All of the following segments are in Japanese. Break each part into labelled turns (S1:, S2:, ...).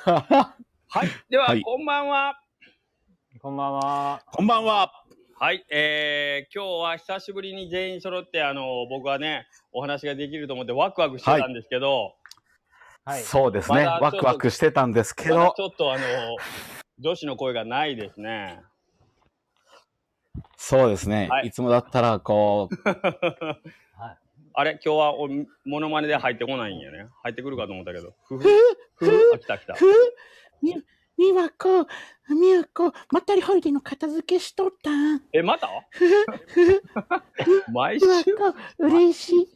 S1: はい。では、
S2: はい、
S1: こんばんは。
S3: こんばんは。
S2: こんばんは。
S1: はい。今日は久しぶりに全員揃って、僕はね、お話ができると思ってワクワクしてたんですけど、
S3: はい。
S2: そうですね。ワクワクしてたんですけど、
S1: まだちょっと女子の声がないですね。
S2: そうですね。
S1: はい
S2: いつもだったら、こう、
S3: はい。
S1: あれ今日はモノマネで入ってこないんやね。入ってくるかと思ったけど。あ、来た。
S4: みわこ、まったりホリデーの片付けしとったん。
S1: また毎
S4: みわ
S1: 週
S4: こ、嬉しい。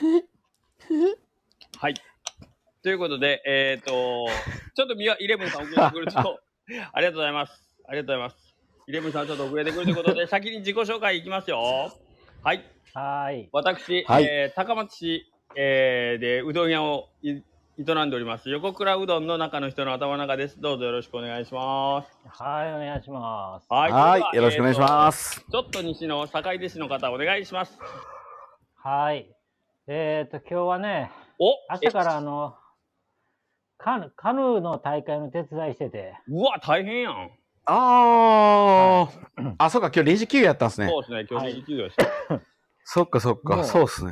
S1: はい。ということで、ちょっとイレブンさん遅れてくると、ありがとうございます。イレブンさんちょっと遅れてくるということで、先に自己紹介いきますよ。はい。
S3: はい。
S1: 私、
S2: はい、
S1: 高松市、でうどん屋を営んでおります。横倉うどんの中の人の頭の中です。どうぞよろしくお願いします。
S3: はい、お願いします。
S1: はい。
S2: よろしくお願いします。
S1: ちょっと西の坂出市の方、お願いします。
S3: はい。今日はね、明日からカヌーの大会の手伝いしてて。
S1: うわ、大変やん。
S2: そうか、今日臨時休業やったんですね。
S1: そうですね、今日臨時休業でした。
S2: そっか、そうですね。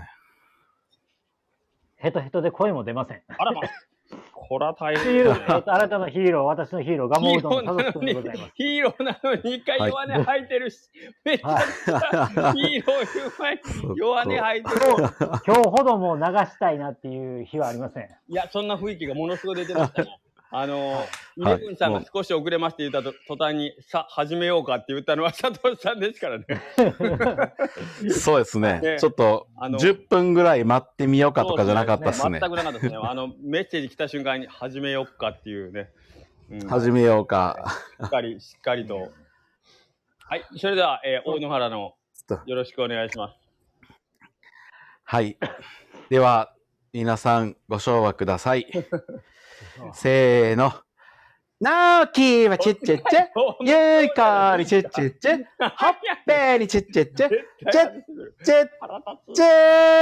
S3: ヘトヘトで声も出ません。
S1: あらま。こら大変。
S3: という、あなたのヒーロー、私のヒーロー、ガモうどんの家族でございます。
S1: ヒーローなのに一回弱音吐いてるし、めっちゃヒーロー弱音吐いてる。
S3: 今日ほどもう流したいなっていう日はありません。
S1: いや、そんな雰囲気がものすごい出てましたね。イレブンさんが少し遅れまして言った途端に、さ、始めようかって言ったのは佐藤さんですからね。
S2: そうですね。ちょっと、10分ぐらい待ってみようかとかじゃなかったですね。
S1: 全くなかったですね。メッセージ来た瞬間に始めようかっていうね。
S2: 始めようか。
S1: しっかりと。はい。それでは、大野原のよろしくお願いします。
S2: はい。では、皆さんご唱和ください。せーの。ナーキーはチッチッチェ、ユイカにチッチッチェ、ホッペにチッチッチェ、チェッチェッチェ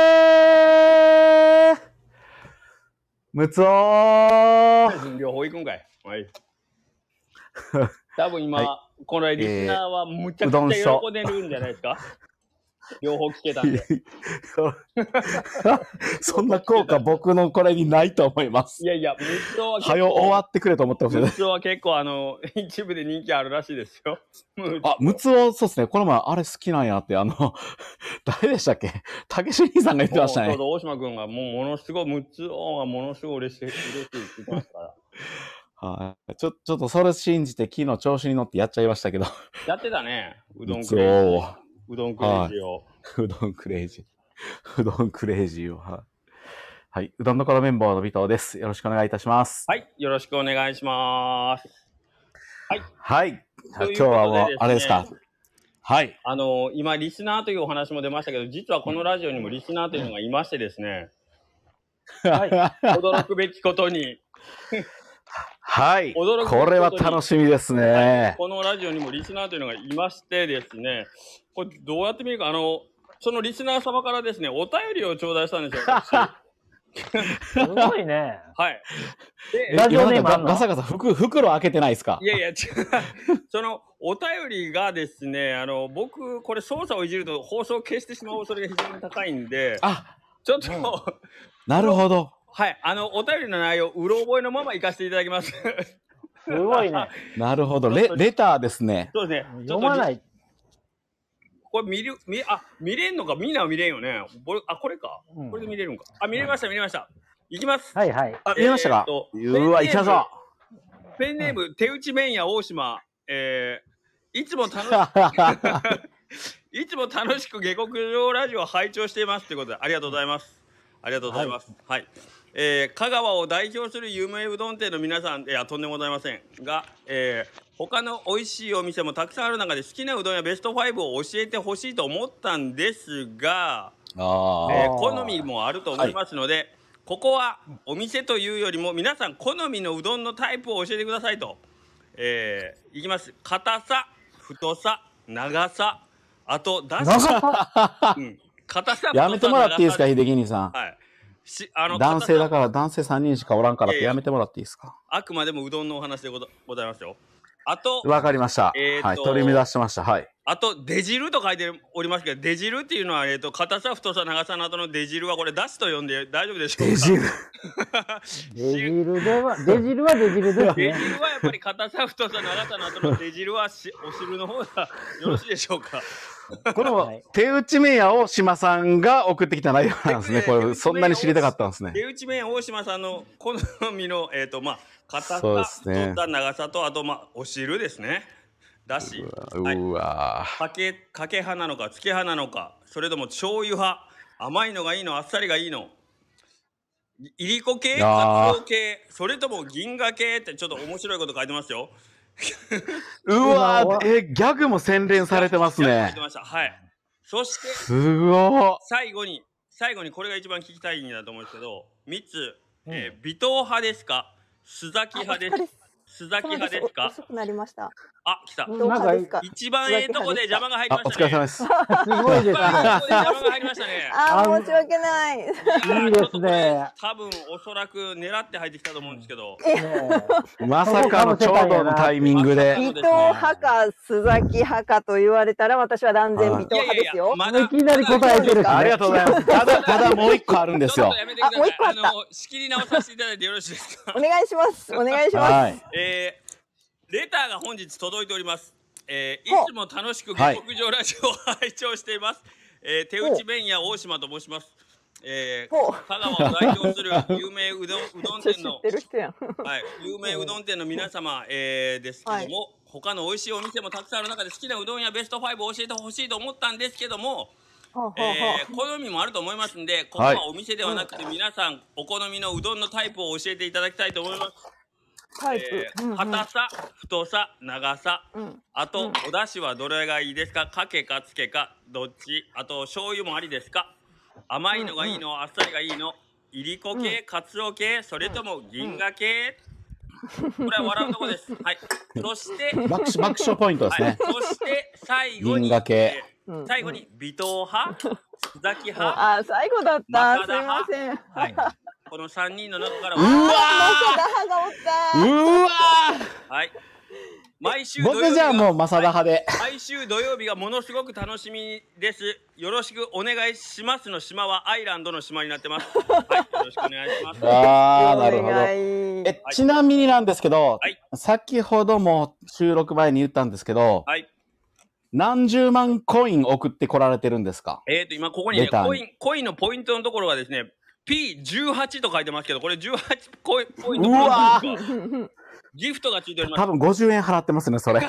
S2: ームツオー
S1: 両方行くんかい。はい。多分今、このリスナーはむちゃくちゃ喜んでるんじゃないですか。両方聞けたんで。
S2: そんな効果僕のこれにないと思います。
S1: いや、ムツオは
S2: 早終わってくれと思ってますよね。
S1: ムツオは結構一部で人気あるらしいですよ。
S2: ムツオ、そうですね。この前あれ好きなんやって、誰でしたっけ？竹志兄さんが言ってましたね。
S1: ちょうど大島くんがものすごい、ムツオがものすごい嬉しいって言ってましたから。
S2: はい。ちょっとそれ信じて昨日調子に乗ってやっちゃいましたけど。
S1: やってたね。うどんクレイジー。うどんクレイジーを。
S2: うどんクレイジーを。はい。うどんのころメンバーの尾藤です。よろしくお願いいたします。
S1: はい。よろしくお願いします。はい。
S2: はい。今日はもう、あれですか。はい。
S1: 今、リスナーというお話も出ましたけど、実はこのラジオにもリスナーというのがいましてですね。はい。驚くべきことに。
S2: はい。これは楽しみですね、
S1: はい。このラジオにもリスナーというのがいましてですね、これどうやって見るか、そのリスナー様からですね、お便りを頂戴したんですよ。
S3: すごいね。
S1: はい。
S3: で、ラジオネームあんの？
S2: ガサガサ袋開けてないですか？
S1: いや、違う。その、お便りがですね、僕、これ操作をいじると放送を消してしまう恐れが非常に高いんで、ちょっと、
S2: なるほど。
S1: はい。お便りの内容、うろ覚えのまま行かせていただきます。
S3: すごいね。
S2: なるほど。レターですね。
S1: そうですね。
S3: 読まない。
S1: これ見れんのか？みんなは見れんよね。これか。これで見れるんか。見れました。いきます。
S3: はいはい。
S2: 見れましたか？うわ、いきましょ
S1: う。ペンネーム、手打ち麺屋大島。いつも楽しく下克上ラジオを拝聴していますということで、ありがとうございます。はい。香川を代表する有名うどん店の皆さん、とんでもございませんが、他の美味しいお店もたくさんある中で好きなうどんやベスト5を教えてほしいと思ったんですが、好みもあると思いますので、ここはお店というよりも皆さん好みのうどんのタイプを教えてくださいと。いきます。硬さ、太さ、長さ、あとだし。
S3: 長さ、
S1: 硬さ、
S2: やめてもらっていいですか、秀樹兄さん。
S1: はい。
S2: 男性だから男性3人しかおらんからってやめてもらっていいですか？
S1: あくまでもうどんのお話でございますよ。あと、
S2: わかりました。はい、取り乱してました。はい。
S1: あと、出汁と書いておりますけど、出汁っていうのは、硬さ、太さ、長さなどの出汁は、これ、だしと呼んで大丈夫でしょうか？
S2: 出汁
S3: 出汁は出汁ですね。
S1: 出汁はやっぱり硬さ、太さ、長さなどの出汁はお汁の方がよろしいでしょうか？
S2: この手打ち麺屋大島さんが送ってきた内容なんですね。これ、そんなに知りたかったんですね。
S1: 手打ち麺屋大島さんの好みの、硬さ、
S2: そうですね、
S1: 太さ、長さと、あと、お汁ですね。だし。
S2: うわ
S1: かけ派なのか、つけ派なのか、それとも醤油派、甘いのがいいの、あっさりがいいの、いりこ系、かつお系、それとも銀河系ってちょっと面白いこと書いてますよ。
S2: うわギャグも洗練されてますね。
S1: はい。そして、
S2: すご
S1: 最後にこれが一番聞きたいんだと思うんですけど、3つ、微糖派ですか、須崎派ですか？須崎派ですか？
S5: 遅くなりました。
S1: あ、来た。一番とこで邪魔が入りましたね。
S2: お疲れ様です。
S3: すごいですね。
S1: 邪魔が入りましたね。
S5: 申し訳ない。
S3: いいですね。
S1: 多分おそらく狙って入ってきたと思うんですけど。
S2: まさかのちょうどのタイミングで。
S5: 微糖派か須崎派かと言われたら、私は断然微糖派ですよ。
S3: いきなり答えてる。
S2: ありがとうございます。ただもう一個あるんですよ。
S5: もう一個あった。
S1: 仕切り直させていただいてよろしいですか？
S5: お願いします。お願いします。
S1: レターが本日届いております。いつも楽しく下克上ラジオを拝聴しています。手打ち麺屋大島と申します。香川を代表する有名うどん店の有名うどん店の皆様、ですけども、他の美味しいお店もたくさんある中で好きなうどんやベスト5を教えてほしいと思ったんですけども、好みもあると思いますんで、ここはお店ではなくて皆さんお好みのうどんのタイプを教えていただきたいと思います。硬さ、太さ、長さ、あとお出汁はどれがいいですか？かけかつけかどっち？あと醤油もありですか？甘いのがいいの？あっさりがいいの？いりこ系、かつお系、それとも銀河系？これは笑うとこです。はい。そして
S2: 爆笑ポイントですね。
S1: そして最後に
S2: 銀河系。
S1: 最後に微糖派、須崎派。
S5: あ、最後だった。すみません。
S1: はい。この3人の中から
S5: マサダ派がおった。
S1: はい。毎週
S2: 僕じゃあもうマサダ派で。
S1: 毎週土曜日がものすごく楽しみです。よろしくお願いしますの島はアイランドの島になってます。はい。よろしくお願いします。
S2: なるほど。ちなみになんですけど、先ほども収録前に言ったんですけど、何十万コイン送ってこられてるんですか？
S1: 今ここにね、コインのポイントのところがですね、P18 と書いてますけど、これ18コインのギフトがついております。
S2: 多分50円払ってますね、それ。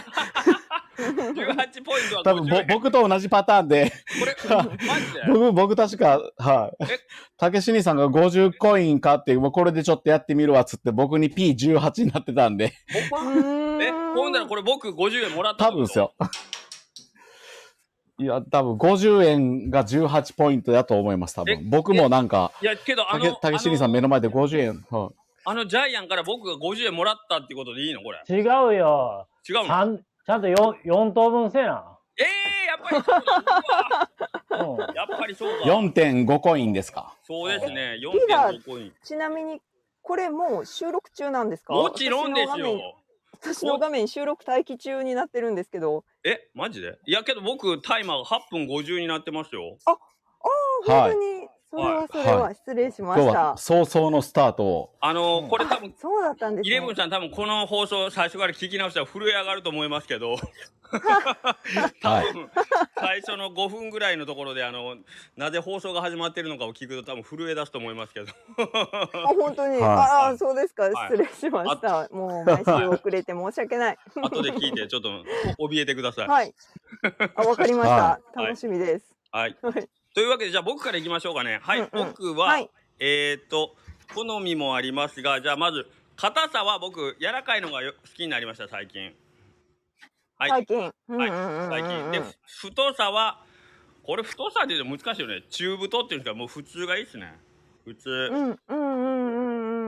S1: 18ポイントは
S2: 多分僕と同じパターンで。
S1: これ、マジで
S2: 僕確か、はい。竹志さんが50コイン買って、もうこれでちょっとやってみるわっつって、僕に P18 になってたんで。
S1: ほんならこれ僕50円もらった
S2: 多分ですよ。いや、多分50円が18ポイントだと思います、多分。僕もなんか、
S1: いや、けど
S2: 竹志さん目の前で50円。
S1: ジャイアンから僕が50円もらったってことでいいのこれ？
S3: 違うよ。
S1: 違うの？
S3: ちゃんと 4等分せな。
S1: やっぱりそうだ。やっぱりそうだ。
S2: 4.5 コインですか？
S1: そうですね。4.5 コイン。
S5: ちなみに、これもう収録中なんですか？
S1: もちろんですよ。
S5: 私の画面収録待機中になってるんですけど。
S1: マジで？いやけど僕タイマーが8分50になってますよ。
S5: 本当に。それは失礼しました。
S2: 今日は早々のスタートを。
S1: これ多分、
S5: そうだったんですね。
S1: イレブンさん多分この放送最初から聞き直したら震え上がると思いますけど、多分最初の5分ぐらいのところでなぜ放送が始まってるのかを聞くと多分震え出すと思いますけど。
S5: 本当に。そうですか。失礼しました。もう毎週遅れて申し訳ない。
S1: 後で聞いてちょっと怯えてください。
S5: はい。わかりました。楽しみです。
S1: はい。というわけでじゃあ僕からいきましょうかね。はい。僕は好みもありますが、じゃあまず硬さは僕柔らかいのが好きになりました最近。はい。
S5: 最近。
S1: 最近で太さはこれ太さで難しいよね。中太っていうんですか、もう普通がいいですね。普通。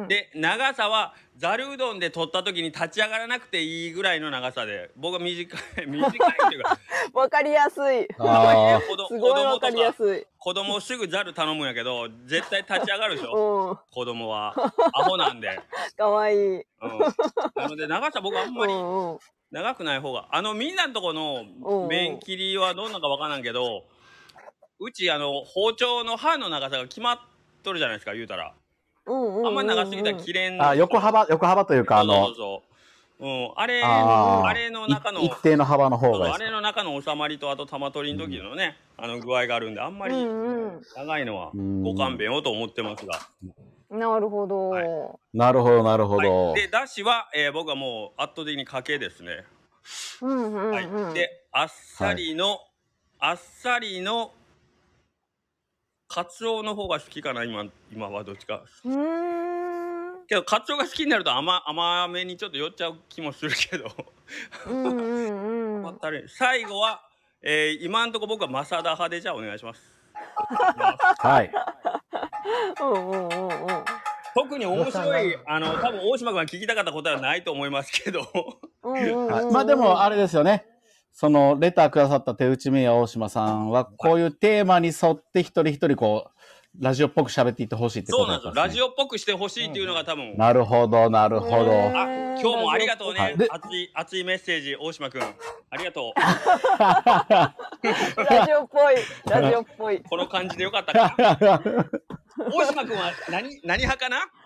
S1: で長さはざるうどんで取った時に立ち上がらなくていいぐらいの長さで、僕は短いっていうか
S5: わかりやすい。
S2: あ
S5: すごいわかりやすい。
S1: 子供すぐざる頼むんやけど絶対立ち上がるでしょ、子供はアホなんで。
S5: かわいい。
S1: なので長さ僕あんまり長くない方が、みんなのとこの麺切りはどんなかわからんけど、うち包丁の刃の長さが決まっとるじゃないですか、言うたら。あんまり長すぎたら切れんの。
S2: 横幅というか
S1: あれの中の
S2: 一定の幅の方がいい。
S1: あれの中の収まりと、あと玉取りの時のね、具合があるんで、あんまり長いのはご勘弁をと思ってますが。
S5: なるほど。
S2: なるほどなるほど。
S1: でだしは僕はもう圧倒的にかけですね。であっさりのカツオの方が好きかな、今はどっちか。けどカツオが好きになると甘めにちょっと寄っちゃう気もするけど最後は、今んとこ僕はマサダ派で、じゃあお願いします。
S2: はい。
S1: 特に面白い多分大島君が聞きたかった答えはないと思いますけど
S2: まあでもあれですよね、そのレターくださった手打ち麺屋大島さんはこういうテーマに沿って一人一人こうラジオっぽく喋っていってほしいってことなんですね。
S1: そうなんですよ、ラジオっぽくしてほしいっていうのが多分。
S2: なるほどなるほど。
S1: 今日もありがとうね、熱いメッセージ大島君ありがとう
S5: ラジオっぽい
S1: この感じでよかったか大島君は何派かな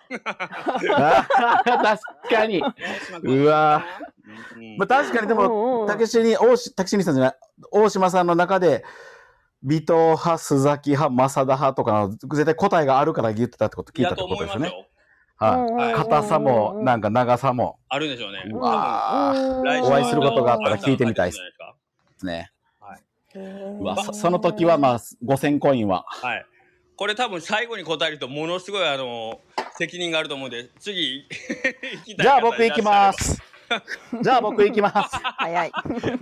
S2: 確かに。うわまあ確かに。でもたけしにさんじゃない、大島さんの中で尾藤派、須崎派、正田派とかの絶対答えがあるから言ってたってこと聞いたってことですよね。はい。硬さもなんか長さも
S1: あるんでしょうね。
S2: お会いすることがあったら聞いてみたいですね。その時はまあ5000コインは。
S1: はい。これ多分最後に答えるとものすごい責任があると思うんで、次
S2: じゃあ僕行きます。
S5: 早い。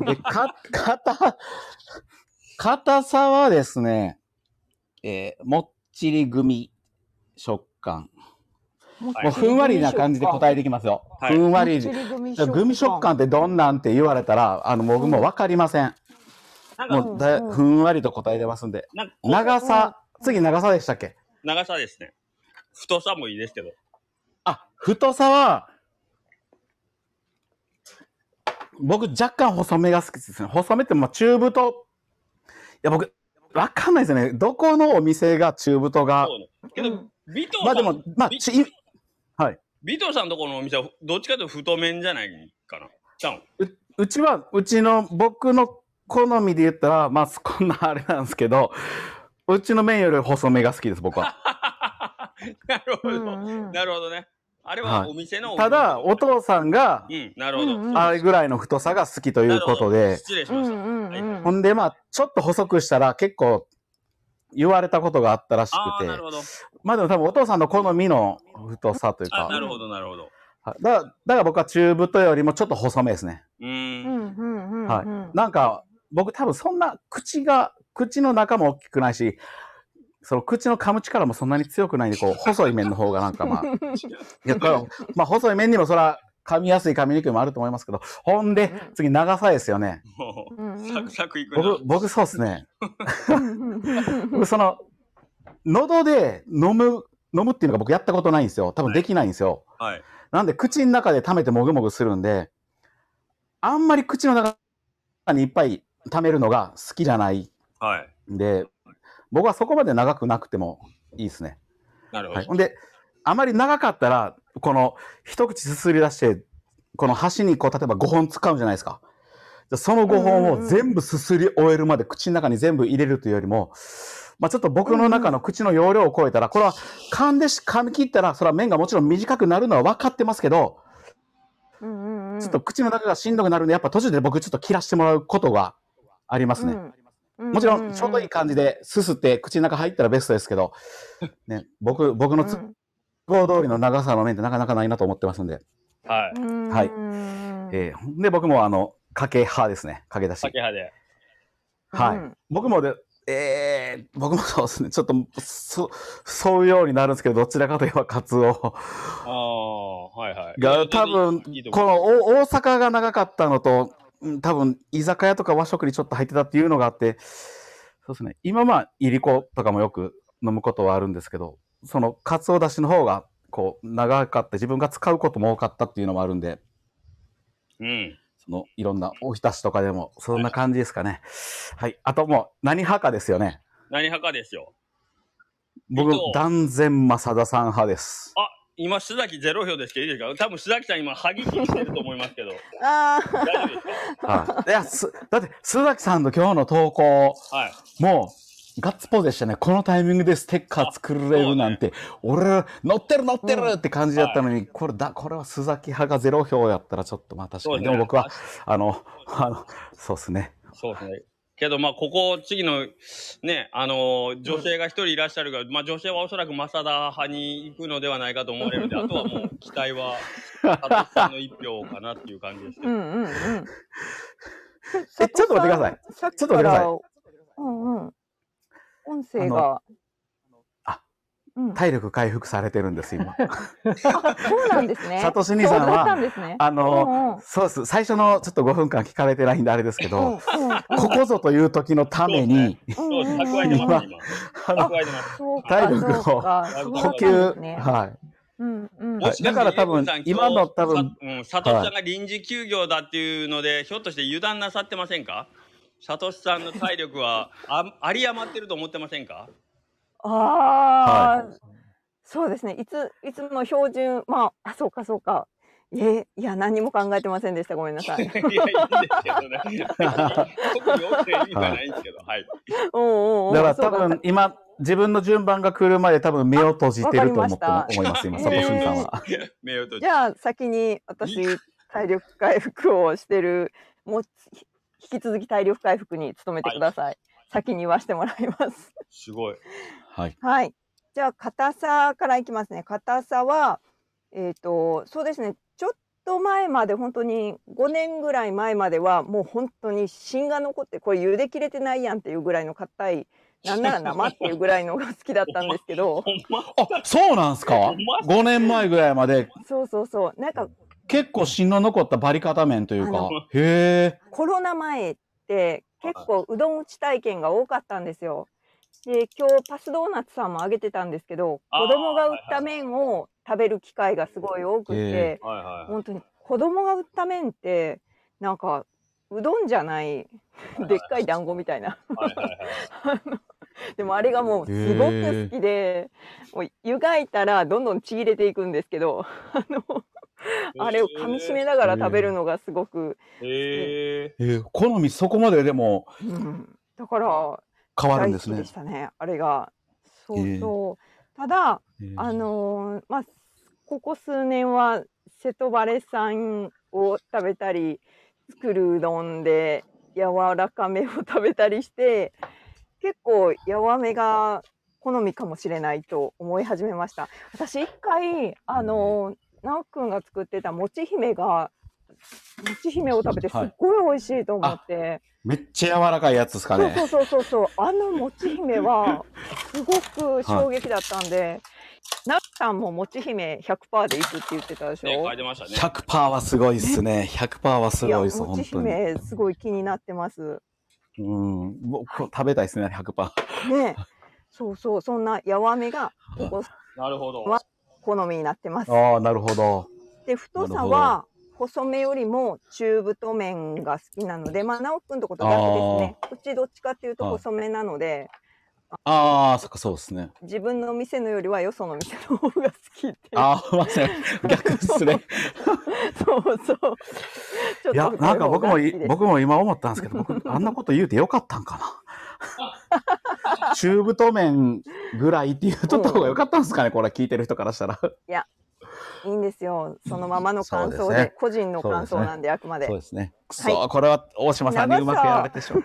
S2: 硬さはですね、もっちりグミ食感。もうふんわりな感じで答えてきますよ。ふんわり。グミ食感ってどんなんって言われたら、僕もわかりません。もうふんわりと答えてますんで。長さ、次長さでしたっけ？
S1: 長さですね。太さもいいですけど。
S2: 太さは、僕若干細めが好きですね。細めって中太。僕、わかんないですよね。どこのお店が中太が。
S1: けど、尾藤さん。でも、はい。尾藤さんのところのお店は、どっちかというと太麺じゃないかな。
S2: 僕の好みで言ったら、まあ、こんなあれなんですけど、うちの麺より細めが好きです、僕は。
S1: なるほど。なるほどね。あれはお店の、
S2: ただ、お父さんが、
S1: なるほど。
S2: あれぐらいの太さが好きということで、
S1: 失礼しました。
S2: ほんで、まあ、ちょっと細くしたら結構言われたことがあったらしくて、まあでも多分お父さんの好みの太さというか。
S1: なるほど、なるほど。
S2: だから僕は中太よりもちょっと細めですね。はい。なんか、僕多分そんな口の中も大きくないし、その口の噛む力もそんなに強くないんで、こう、細い麺の方がなんかまあ、まあ細い麺にもそら噛みやすい噛みにくいもあると思いますけど、ほんで、次長さですよね。
S1: サクサクいくな。
S2: 僕そうですね。僕喉で飲むっていうのが僕やったことないんですよ。多分できないんですよ。
S1: はい。
S2: なんで口の中で溜めてもぐもぐするんで、あんまり口の中にいっぱい溜めるのが好きじゃないんで、僕はそこまで長くなくてもいいですね。
S1: なるほど。
S2: ほんで、あまり長かったら、この一口すすり出して、この箸にこう、例えば5本使うじゃないですか。その5本を全部すすり終えるまで口の中に全部入れるというよりも、まあちょっと僕の中の口の容量を超えたら、これは噛み切ったら、それは麺がもちろん短くなるのは分かってますけど、ちょっと口の中がしんどくなるんで、やっぱ途中で僕ちょっと切らしてもらうことがありますね。もちろんちょうどいい感じですすって口の中入ったらベストですけど、ね、僕の都合通りの長さの麺ってなかなかないなと思ってますんで。
S1: はい。
S2: はい。で、僕もかけ派ですね。かけだし。
S1: かけ派で。
S2: はい。僕も僕もそうですね。ちょっと、そういうようになるんですけど、どちらかといえばカツオ
S1: ああ、はいはい。
S2: が、多分、この大阪が長かったのと、多分、居酒屋とか和食にちょっと入ってたっていうのがあって、そうですね。今いりことかもよく飲むことはあるんですけど、その、カツオだしの方が、こう、長かった、自分が使うことも多かったっていうのもあるんで、
S1: うん。
S2: いろんなおひたしとかでも、そんな感じですかね。はい。あともう、何派かですよね。
S1: 何派かですよ。
S2: 僕、断然正田さん派です。
S1: あ、今、須崎0票ですけど、いいですか？多分、須崎さん今、歯切りしてると思いますけど。
S5: ああ。
S1: 大丈夫ですか？
S2: はい。いや、だって、須崎さんの今日の投稿、
S1: はい。
S2: もう、ガッツポーズでしたね。このタイミングでステッカー作れるなんて、俺、乗ってるって感じだったのに、これは須崎派が0票やったらちょっと確かに。でも僕は、そうですね。
S1: そうですね。けど、ここ、次の、ね、女性が一人いらっしゃるが、女性はおそらく正田派に行くのではないかと思われるので、あとはもう、期待は、佐藤さんの一票かなっていう感じですけど。
S5: ちょ
S2: っと待ってください。ちょっと待ってください。
S5: 音声が。
S2: 体力回復されてるんです、今。
S5: そうなんですね。
S2: サトシ兄さんは、そうです。最初のちょっと5分間聞かれてないんであれですけど、ここぞという時のために、
S1: 蓄えてます、今。
S2: 体力を補給、はい。だから多分、今の多分、
S1: サトシさんが臨時休業だっていうので、ひょっとして油断なさってませんか？サトシさんの体力は有り余ってると思ってませんか？
S5: そうですね。いつも標準、そうか。いや、何も考えてませんでした。ごめんなさい。いや、いいんですけどね。特に大きな意味はないんですけど、はい。
S2: だから多分、今、自分の順番が来るまで多分目を閉じてると思います、今、サトシさんは。
S5: じゃあ、先に私、体力回復をしてる、もう、引き続き体力回復に努めてください。先に言わせてもらいます。
S1: すごい。
S5: はい。じゃあ、硬さからいきますね。硬さは、そうですね。ちょっと前まで、本当に5年ぐらい前までは、もう本当に芯が残って、これ茹で切れてないやんっていうぐらいの硬い、なんなら生っていうぐらいのが好きだったんですけど。
S2: あ、そうなんすか ?5 年前ぐらいまで。
S5: そう。なんか、
S2: 結構芯の残ったバリカタ麺というか。へー。
S5: コロナ前って結構うどん打ち体験が多かったんですよ。で、今日パスドーナツさんもあげてたんですけど、子供が打った麺を食べる機会がすごい多くて、本当に子供が打った麺ってなんかうどんじゃないでっかい団子みたいな。でもあれがもうすごく好きで、もう湯がいたらどんどんちぎれていくんですけど、あれを噛み締めながら食べるのがすごく
S2: 好みそこまででも、
S5: だから
S2: 変わるんですね。
S5: 大好きでしたね、あれが。ただ、ここ数年は瀬戸バレさんを食べたり、作るうどんで柔らかめを食べたりして、結構やわめが好みかもしれないと思い始めました。私一回なおくんが作ってたもち姫を食べてすっごい美味しいと思って、
S2: めっちゃ柔らかいやつですかね。
S5: そうもち姫はすごく衝撃だったんで、なっさんももち姫 100% でいくって言ってたでしょ。
S1: 書いてましたね。
S2: 100% はすごいっすね。100% はすごいです、本当に。
S5: もち姫すごい気になってます。
S2: 僕食べたいですね、100%。
S5: ね、そんなやわめが
S1: なるほど。
S5: 好みになってます。
S2: ああ、なるほど。
S5: で、太さは細めよりも中太麺が好きなので、なおくんとこと逆ですね。うちどっちかっていうと細めなので。
S2: そうですね。
S5: 自分の店のよりはよその店の方が好きって。
S2: 逆ですね。
S5: そう。
S2: いや、なんか僕も今思ったんですけど、僕あんなこと言うてよかったんかな。中太麺ぐらいって言うとった方がよかったんですかね、これ聞いてる人からしたら。
S5: いや、いいんですよ。そのままの感想で、個人の感想なんで、あくまで。
S2: そうですね。これは大島さんにうまくやられてしまった。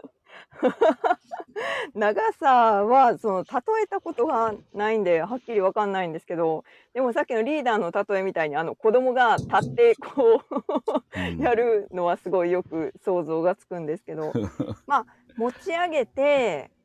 S5: 長さは例えたことがないんではっきり分かんないんですけど、でもさっきのリーダーの例えみたいに子供が立ってこうやるのはすごいよく想像がつくんですけど、持ち上げて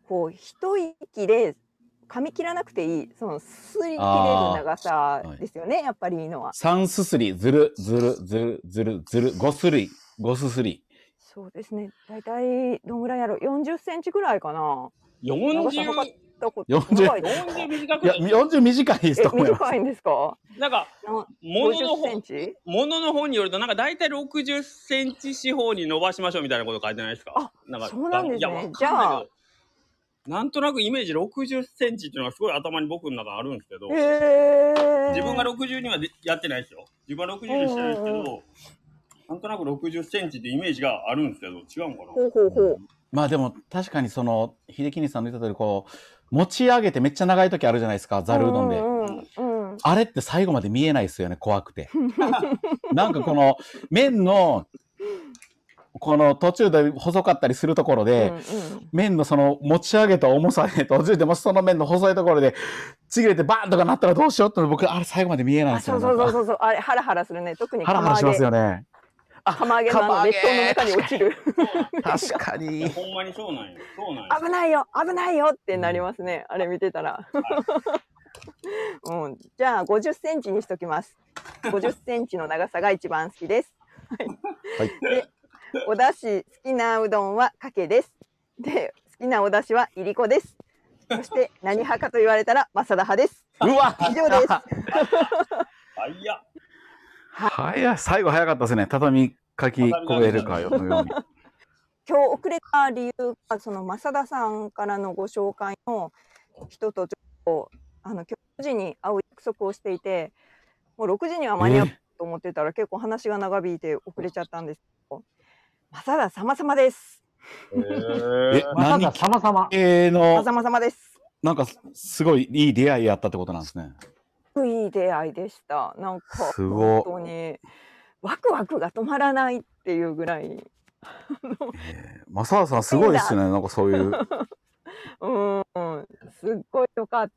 S5: こう一息で噛み切らなくていい、そのすり切れる長さですよね、やっぱりいいのは。
S2: 3すすり、ずる、ずる、ずる、ずる、ずる、5すり、5すすり。
S5: そうですね。だいたいどんぐらいやろう、40センチぐらいかな。長さ測ったこと
S2: 40
S5: 長いですか。
S1: 40短く
S2: いや、
S1: ない
S2: 40短いですと思います。
S5: 短いんですか。
S1: なんか、
S5: 50センチ
S1: ものの本によると、なんか大体60センチ四方に伸ばしましょうみたいなこと書いてないですか。
S5: あ、
S1: なんか
S5: そうなんですね。
S1: いやわかんないけど
S5: じゃあ
S1: なんとなくイメージ60センチっていうのがすごい頭に僕の中にあるんですけど、
S5: へ
S1: 自分が60にはやってないですよ。自分は60にしてないですけど、なんとなく60センチってイメージがあるんですけど、違うんかな。
S5: ほうほうほう。
S2: まあでも確かにその秀樹兄さんの言った通りこう持ち上げてめっちゃ長い時あるじゃないですか、ざるうどんで、あれって最後まで見えないですよね、怖くて。なんかこの麺のこの途中で細かったりするところで、麺のその持ち上げた重さで途中でもしその麺の細いところでちぎれてバーンとかなったらどうしようって僕あれ最後まで見えないんですよ。
S5: そうあれハラハラするね。特に
S2: ハラハラしますよね。
S5: 釜揚げの熱湯の中に落ちる。
S2: 確かに。
S1: ほんまにそうなんよ。
S5: 危ないよ危ないよってなりますね。あれ見てたら。じゃあ50センチにしときます。50センチの長さが一番好きです。はい。で、お出汁好きなうどんはかけです。で、好きなお出汁はいりこです。そして何派かと言われたら正田派です。
S2: うわ、
S5: 以上です。
S2: 早い、最後早かったですね。畳書き込めるかよのように。
S5: 今日遅れた理由がその正田さんからのご紹介の人とちょっと今日9時に会う約束をしていて、もう6時には間に合うと思ってたら結構話が長引いて遅れちゃったんですけど、正田様々です。
S2: 何
S3: 様々
S2: の
S5: 様々です。
S2: なんかすごいいい出会いやったってことなんですね。
S5: いい出会いでした。なんか
S2: すごい
S5: 本当にワクワクが止まらないっていうぐらい。
S2: 正田さんすごいですね。なんかそういう。
S5: すっごい良かった。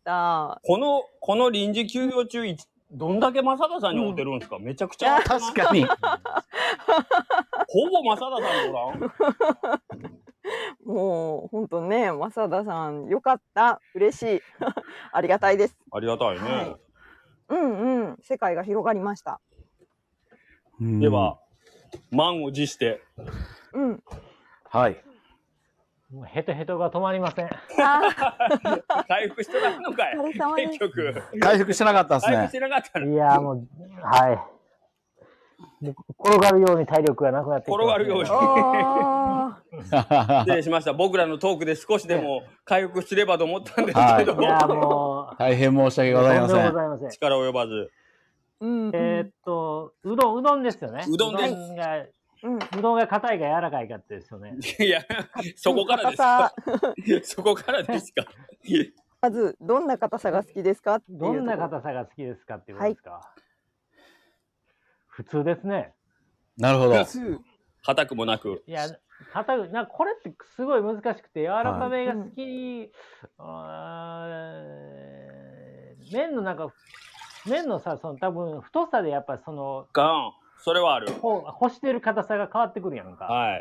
S1: この臨時休業中、どんだけ正田さんに会うてるんですか。めちゃくちゃ。
S2: 確かに。
S1: ほぼ正田さんおらん。
S5: もう本当ね、正田さん良かった、嬉しい、ありがたいです。
S1: ありがたいね。
S5: 世界が広がりました。
S1: では満を持して。
S2: はい。
S3: もうヘトヘトが止まりません。
S1: 回復してないのかい。結局。
S2: 回復してなかったですね。
S1: 回復してなかった。
S3: いやもうはい。転がるように体力がなくなってきて、
S1: 転がるように。失礼しました。僕らのトークで少しでも回復すればと思ったんですけど。
S3: いやもう
S2: 大変申し訳ございません。
S1: 力及ばず。
S3: うどんですよね。
S1: うどんです。
S3: うどんが硬いか柔らかいかってですよね。
S1: いや、そこからですか。そこからですか。
S5: まずどんな硬さが好きですか。
S3: どんな硬さが好きですかっていうことですか。普通ですね。
S2: なるほど。
S1: 硬くもなく。
S3: いや、硬くな、これってすごい難しくて、柔らかめが好き。麺のさ、その多分太さでやっぱその。
S1: それはある。
S3: 干してる硬さが変わってくるやんか。
S1: はい。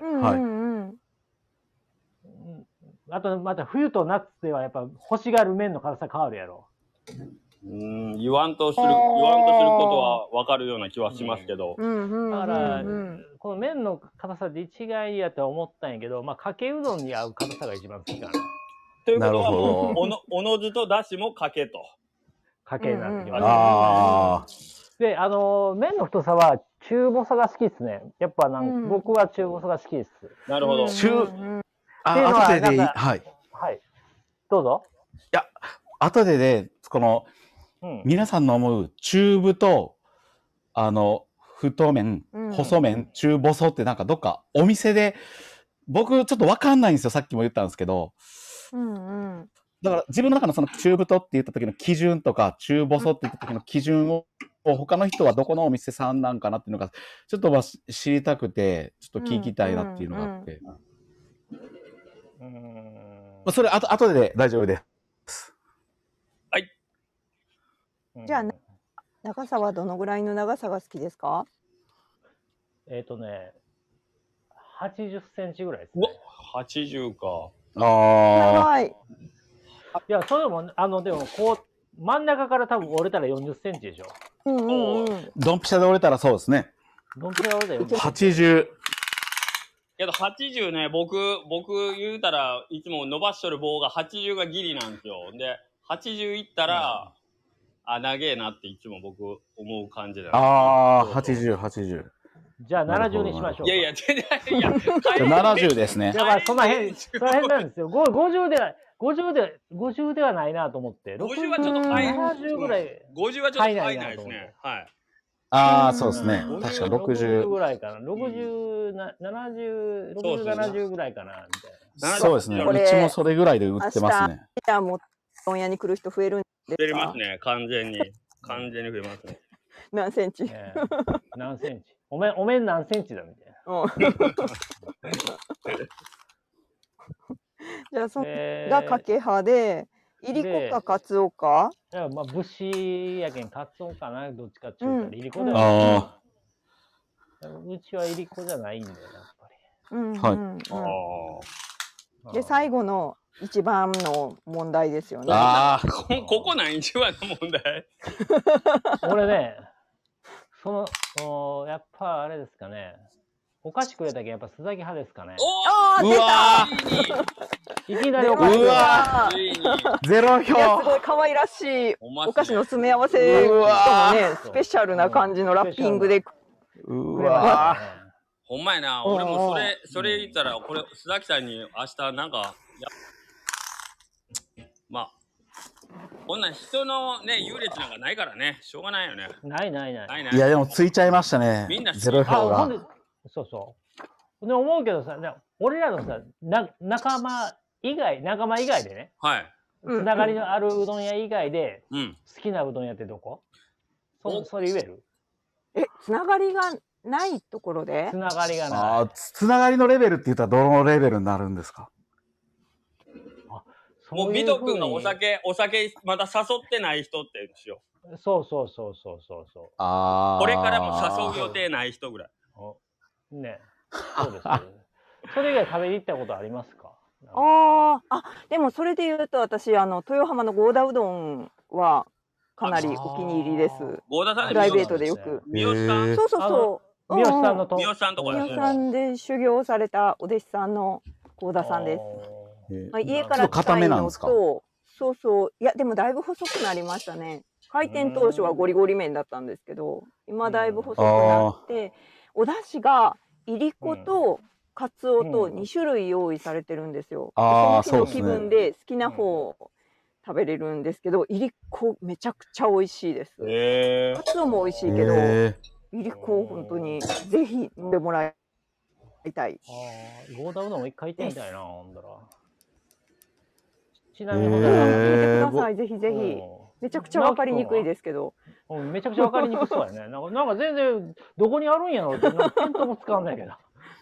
S3: あとまた冬と夏ではやっぱ欲しがる麺の硬さ変わるやろ。
S1: 言わんとすることは分かるような気はしますけど。
S3: だからこの麺の硬さで一概やと思ったんやけど、まあかけうどんに合う硬さが一番好きかな。
S1: ということはもうおのずとだしもかけと。
S3: かけになってきます。で麺の太さは中細が好きですね。やっぱ僕は中細が好きです。
S1: なるほど。
S2: 後ででいい。はい。
S3: はい。どうぞ。
S2: いや、後でこの皆さんの思う中太、太麺、細麺、中細ってなんかどっかお店で僕ちょっと分かんないんですよ。さっきも言ったんですけど。だから自分の中のその中太って言った時の基準とか中細って言った時の基準を他の人はどこのお店さんなんかなっていうのがちょっと知りたくてちょっと聞きたいなっていうのがあって。それ後で大丈夫です。
S1: はい。
S5: じゃあ長さはどのぐらいの長さが好きですか。
S3: 80センチぐらいですね。
S1: 80か。
S2: あ
S5: 長い。
S3: いや、それも、でも、こう、真ん中から多分折れたら40センチでしょ。
S5: うんうんうん。
S2: あ、ドンピシャで折れたらそうですね。
S3: ドンピシャで折れたら40センチ。
S2: 80。
S1: けど80ね、僕言うたらいつも伸ばしとる棒が80がギリなんですよ。で、80いったら、あ、長えなっていつも僕思う感じだ。
S2: ああ、80、80。
S3: じゃあ70にしましょうか。
S1: いやいや、全然、いや、
S2: じゃあ70ですね。
S3: だからその辺なんですよ。50ではないなと思って。
S1: 50はちょっと早い。
S3: 70ぐらい。
S1: 50はちょっと早いですね。はい。
S2: ああ、そうですね。
S3: うん
S2: 確か
S3: 60
S2: 60。
S3: ぐらいかな。60、70、60、70ぐらいかな。みたいな。
S2: そうですね。
S5: これ
S2: うちもそれぐらいで売ってますね。
S5: じゃあもう問屋に来る人増えるんですか？
S1: 増えますね、完全に。完全に増えますね。
S5: 何センチ？
S3: 何センチ？お面何センチだみたいな。
S5: うん。じゃあそれがかけ派で、いりこかかつおか？
S3: いや、まあ武士やけんカツオかな、どっちかって言ったらいりこだよ。
S2: あ
S3: うちはいりこじゃないんだよ、やっぱり。
S5: うんうん
S2: はい
S5: うん
S1: あ
S5: で最後の一番の問題ですよね。
S2: あ。ああ。
S1: ここ何一番の問題？
S3: 俺ね、やっぱあれですかね。お菓子くれたけんやっぱ須崎派ですかね。
S5: ああ出
S2: うわ
S5: た。
S3: いきなりお
S5: 出
S3: 菓子
S2: うわ
S5: ました
S1: ついに。
S2: ゼロ
S5: いやすごい
S2: 票。
S5: 可愛らしい
S1: おま
S5: お菓子の詰め合わせとも
S2: うわ
S5: ね、スペシャルな感じのラッピングで。
S2: う
S3: くれました
S2: わ
S3: ね。
S1: ほんまやな、俺もそれ言ったら、これ、須崎さんに明日なんか、まあ、こんなん人のね、優劣なんかないからね、しょうがないよね。
S3: ない。
S1: ないない。
S2: いや、でもついちゃいましたね
S1: みんな。
S2: ゼロ票が。
S3: ほんで、そうそう。で、思うけどさ、俺らのさ、仲間以外でね、
S1: はい。
S3: つながりのあるうどん屋以外で、
S1: うん。
S3: 好きなうどん屋ってどこ？それ言える？
S5: つながりがないところで
S3: つながりが
S2: あ
S3: ない。
S2: あ、つながりのレベルって言ったらどのレベルになるんですか？
S1: もう、美斗くんがお酒まだ誘ってない人って言うんですよ。
S3: そう。
S2: ああ。
S1: これからも誘う予定ない人ぐらい。
S3: ね。そうです。それ以外食べに行ったことありますか？
S5: でもそれで言うと私豊浜の合田うどんはかなりお気に入りです。
S1: 合田さん
S5: プライベートでよく。
S1: 三好さん。
S5: そうそう。
S3: 三好さんの
S1: 三好さんとこ
S5: 三
S1: です
S5: 好さんで修行されたお弟子さんの合田さんです。まあ、家から
S2: 固めなんですか？
S5: そういやでもだいぶ細くなりましたね。開店当初はゴリゴリ麺だったんですけど、今だいぶ細くなってお出汁がいりことかつおと2種類用意されてるんですよ。その日の気分で好きな方を食べれるんですけど、いりこめちゃくちゃ美味しいです。かつおも美味しいけど、いりこ本当にぜひ飲んでもらいたい。
S3: 合田うどんも一回行ってみたいな、ほんだら。ちなみに
S5: 聞いてください、ぜひぜひ。めちゃくちゃわかりにくいですけど。
S3: めちゃくちゃわかりにくそうやね。なんか全然どこにあるんやろって見当もつかんないけど。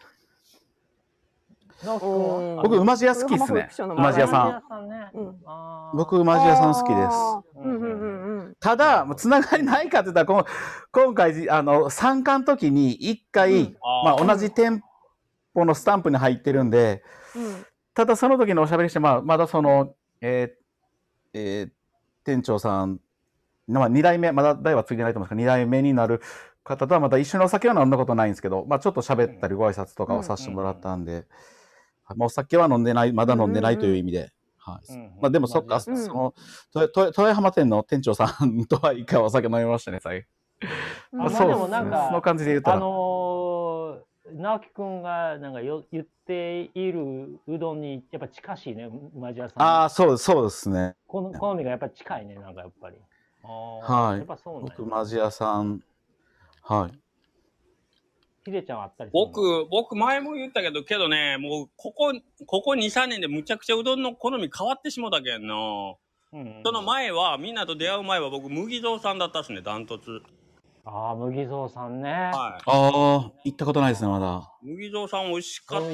S2: 僕馬路屋好きっすね。馬路屋さん。僕馬路屋さん好きです。ただつながりないかって言ったら今回参加の時に1回まあ同じ店舗のスタンプに入ってるんで、ただその時のおしゃべりしてまだその店長さん2代目まだ代は継いでないと思うんですけど2代目になる方とはまた一緒にお酒は飲んだことないんですけど、ちょっと喋ったりご挨拶とかをさせてもらったんで。お酒は飲んでない、まだ飲んでないという意味で。でもそっか、その、豊浜店の店長さんとは一回お酒飲みましたね、最後。そうですね。その感じで言ったら。
S3: 直樹くんがなんか言っているうどんにやっぱ近しいね、馬路屋さん。
S2: ああ、そうですね。
S3: 好みがやっぱり近いね、なんかやっぱり。
S2: はい。僕、馬路屋さん、はい。
S3: ひでちゃんはあったり
S1: 僕前も言ったけどね、もうここ2、3年でむちゃくちゃうどんの好み変わってしもたけんな。その前は、みんなと出会う前は僕、麦蔵さんだったっすね、ダントツ。
S3: 麦蔵さんね。
S2: 行ったことないですね、まだ。
S1: 麦蔵さん美味しかった。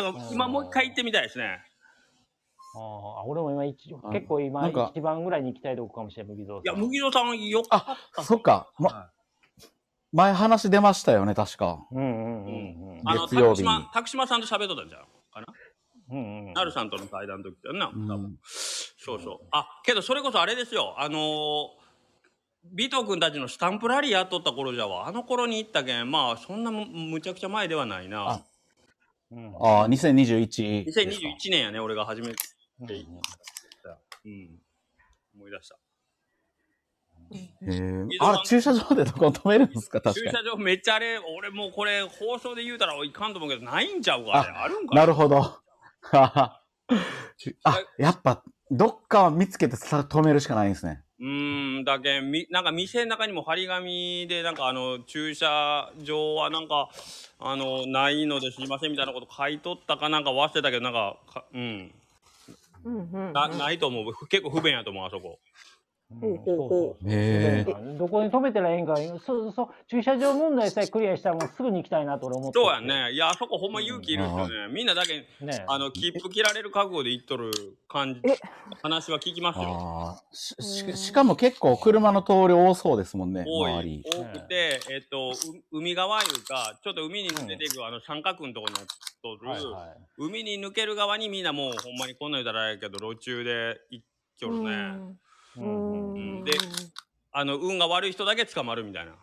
S1: だから今もう一回行ってみたいですね。
S3: 俺も結構今一番ぐらいに行きたいとこかもしれない、麦蔵さん。
S1: いや、麦蔵さんよかった。
S2: そっか。前話出ましたよね、確か。
S3: 月
S2: 曜日に。
S1: 拓島さんと喋っとったんじゃんかな。 なるさんとの対談の時だよな、
S2: うん
S1: 多分。そうそう。あ、けどそれこそあれですよ。ビト君たちのスタンプラリーやっとった頃じゃわ。あの頃に行ったけん、まあそんなむちゃくちゃ前ではないな。
S2: あああ、2021ですか。
S1: 2021年やね、俺が初めて行った。思い出した。
S2: あれ、駐車場でどこ止めるんですか、確
S1: 駐
S2: かに。
S1: 車場めっちゃあれ、俺もうこれ放送で言うたらいかんと思うけど、ないんちゃうかあれ。あるんか
S2: なるほど。あ、やっぱ、どっかは見つけて止めるしかないんですね。
S1: だけん、なんか店の中にも張り紙で、なんか駐車場はなんか、ないのですいませんみたいなこと書いとったかなんか忘れたけど、なんか、ないと思う。結構不便やと思う、あそこ。
S3: どこに止めたらええんか、駐車場問題さえクリアしたらもうすぐに行きたいなと俺思って。
S1: そうやね。いや、あそこほんま勇気いるっすよね。みんなだけ、切符切られる覚悟で行っとる感じ、話は聞きますよ。
S2: しかも結構車の通り多そうですもんね、周り。
S1: 多くて、海側いうか、ちょっと海に出ていく三角のところにとる、海に抜ける側にみんなもうほんまにこんなん言ったらあれやけど、路中で行っちょるね。で、運が悪い人だけ捕まるみたいな。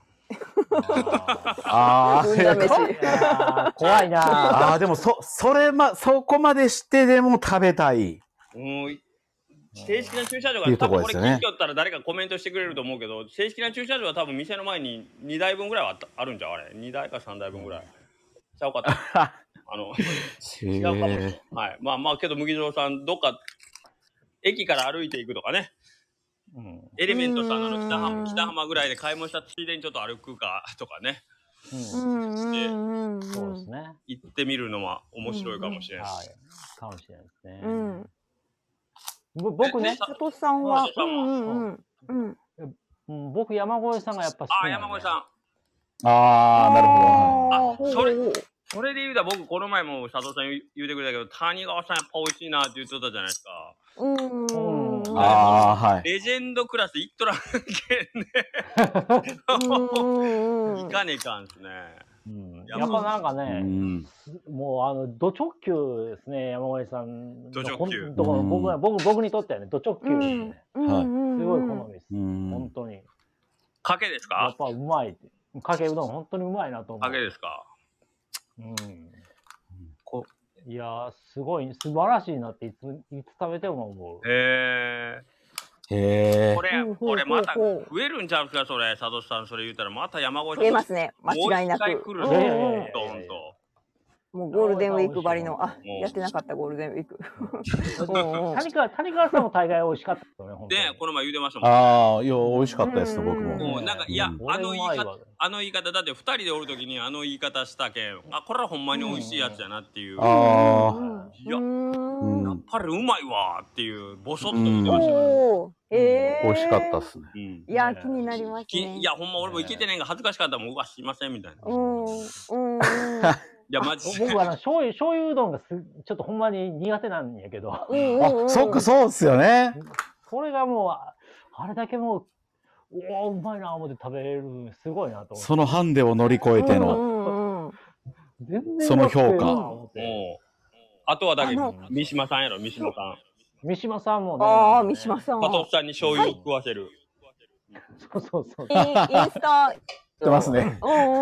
S3: 怖いな。
S2: でもそこまでしてでも食べたい。
S1: 正式な駐車場が多分これ聞きよったら誰かコメントしてくれると思うけど、正式な駐車場は多分店の前に2台分ぐらいはあるんじゃうあれ。2台か3台分ぐらい。ちゃうかった。違うかもしれない。はい。まあけど麦蔵さんどっか駅から歩いていくとかね。エレメントさんの北浜ぐらいで買い物したついでにちょっと歩くかとかね。して行ってみるのは面白いかもしれない。
S3: かもしれないですね。僕ね、
S5: 佐藤さんは、
S3: 僕山越さんがやっぱ好き。
S1: 山越さん。
S2: なるほど。
S1: それで言うたら僕この前も佐藤さん言うてくれたけど、谷川さんやっぱ美味しいなって言ってたじゃないですか。レジェンドクラスいっとらんけんね。いかねえかんすね。
S3: やっぱなんかね、もうド直球ですね、山越さん。
S1: ド直球。
S3: 僕にとってはね、ド直球ですね。すごい好みです。本当に。
S1: かけですか？
S3: やっぱうまい。かけうどん本当にうまいなと思う。
S1: かけですか？
S3: いやすごい素晴らしいなっていつ食べても思う。
S1: これまた増えるんちゃうんすかそれ、佐藤さんそれ言うたらまた山越し。
S5: 増えますね、間違いなく。もうゴールデンウィークばりの、やってなかったゴールデンウィーク。
S3: 谷川さんも大概美味しかったですよね、
S1: で、この前言うてましたもん。
S2: いや、美味しかったです、僕も。
S1: なんか、いや、あの言い方、だって2人でおるときにあの言い方したけん、これはほんまに美味しいやつやなっていう。いや、やっぱりうまいわっていう、ボソッと言ってましたよ。
S2: 美味しかったっすね。
S5: いや、気になりますね。
S1: いや、ほんま俺もいけてないが恥ずかしかったもん、うわ、すいません、みたいな。いや、マジで。
S3: 僕醤油うどんがちょっとほんまに苦手なんやけど。
S2: そうっすよね。
S3: それがもう、あれだけもう、うまいな思って食べれる、すごいなと思って。
S2: そのハンデを乗り越えての、その評価。
S1: あとはだけど、三島さんやろ、三島さん。
S3: 三島さんもね。
S5: 三島さん。
S1: 加藤さんに醤油を食わせる。
S3: そう。
S5: インスタ。
S2: してますね。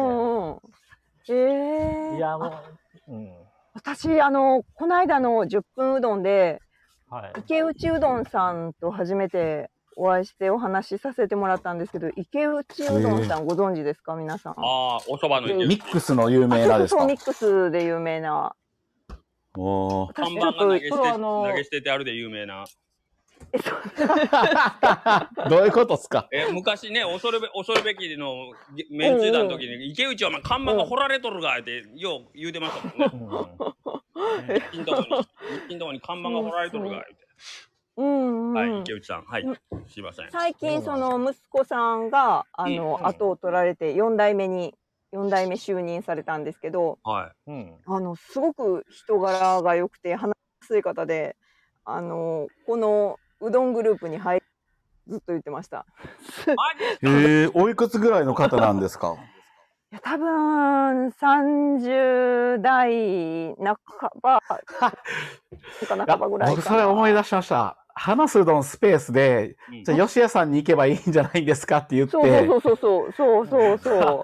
S3: いやもう、
S5: 私この間の10分うどんで、池内うどんさんと初めてお会いしてお話しさせてもらったんですけど、池内うどんさんご存知ですか皆さん？
S1: お蕎麦の
S2: ミックスの有名なですか？
S5: そうミックスで有名な。
S1: 看板が投げ捨ててあるで有名な。
S2: どういうことっすか？
S1: 昔ね、恐るべきのメンツ団の時に、池内は看板が掘られとるがってよう言うてましたもんね。日記のとこに看板が掘られとるがって。はい、池内さん、はい、すいません。
S5: 最近その息子さんが後を取られて4代目就任されたんですけど、すごく人柄が良くて話しやすい方で、このうどんグループに入るずっと言ってました。
S2: おいくつぐらいの方なんですか？
S5: や、多分30代半ば、半ばぐらいかな。
S2: 僕それ思い出しました。話すうどんスペースで、じゃあ吉谷さんに行けばいいんじゃないですかって言って、
S5: そう。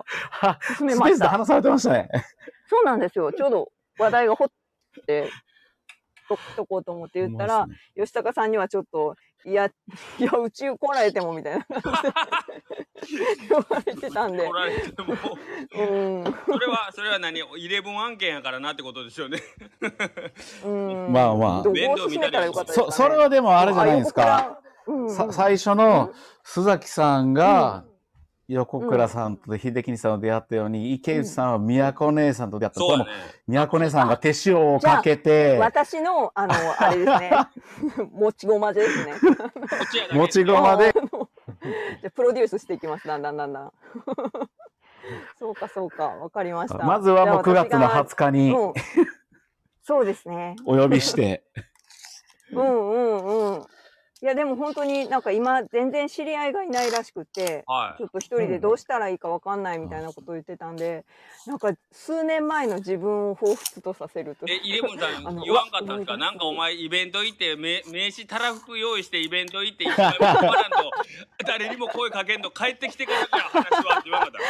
S5: 進め
S2: ス
S5: ました。
S2: ペースで話されてましたね。
S5: そうなんですよ。ちょうど話題がほってとこうと思って言ったら、吉高さんにはちょっと、いや、宇宙来られてもみたいな感じで言われてたんで。
S1: 来られても。それは何？11案件やからなってことですよね。
S2: まあまあ。
S5: どこを進めたらよかったですかね。
S2: それはでもあれじゃないですか。最初の須崎さんが横倉さんと秀樹さんと出会ったように、池内さんは宮子姉さんと出会った。この宮子姉さんが手塩をかけて。
S5: 私の、あれですね。もちごまですね。
S2: もちごまで。
S5: じゃプロデュースしていきます、だんだん。そうか、わかりました。
S2: まずはもう9月の20日に。
S5: そうですね。
S2: お呼びして。
S5: いやでも本当になんか今全然知り合いがいないらしくて、ちょっと一人でどうしたらいいかわかんないみたいなことを言ってたんで、なんか数年前の自分を彷彿とさせると。
S1: イレブンさん言わんかったんですか？なんかお前イベント行って名刺たらふく用意してイベント行って一回も配らんと誰にも声かけんと帰ってきてから話はって言わんか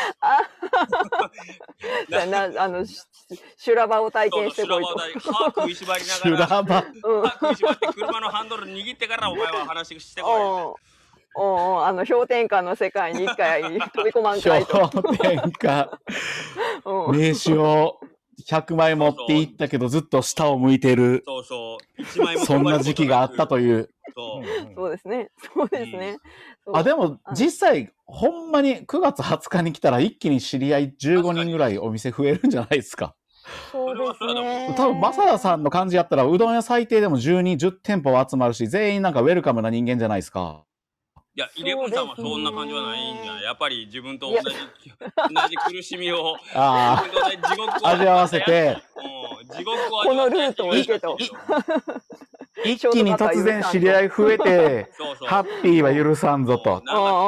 S1: った。
S5: 修羅場を体験してこいと。
S1: 歯食いしばりながら。歯食いしばって車のハンドル握ってからお前は話してこい。
S5: 氷点下の世界に一回飛び込まんかいと。
S2: 氷点下。名刺を100枚持っていったけどずっと下を向いてる。そんな時期があったという。
S5: そうですね。
S2: でも実際ほんまに9月20日に来たら一気に知り合い15人ぐらいお店増えるんじゃないですか。
S5: そうですね。
S2: 多分、正田さんの感じやったら、うどん屋最低でも10店舗集まるし、全員なんかウェルカムな人間じゃないですか。
S1: いや、イレブンさんはそんな感じはないんじゃない？やっぱり自分と同じ苦しみを、地獄を
S2: 味わわせて、
S1: 地獄を
S5: このルートを行けと。
S2: 一気に突然知り合い増えて、ハッピーは許さんぞと。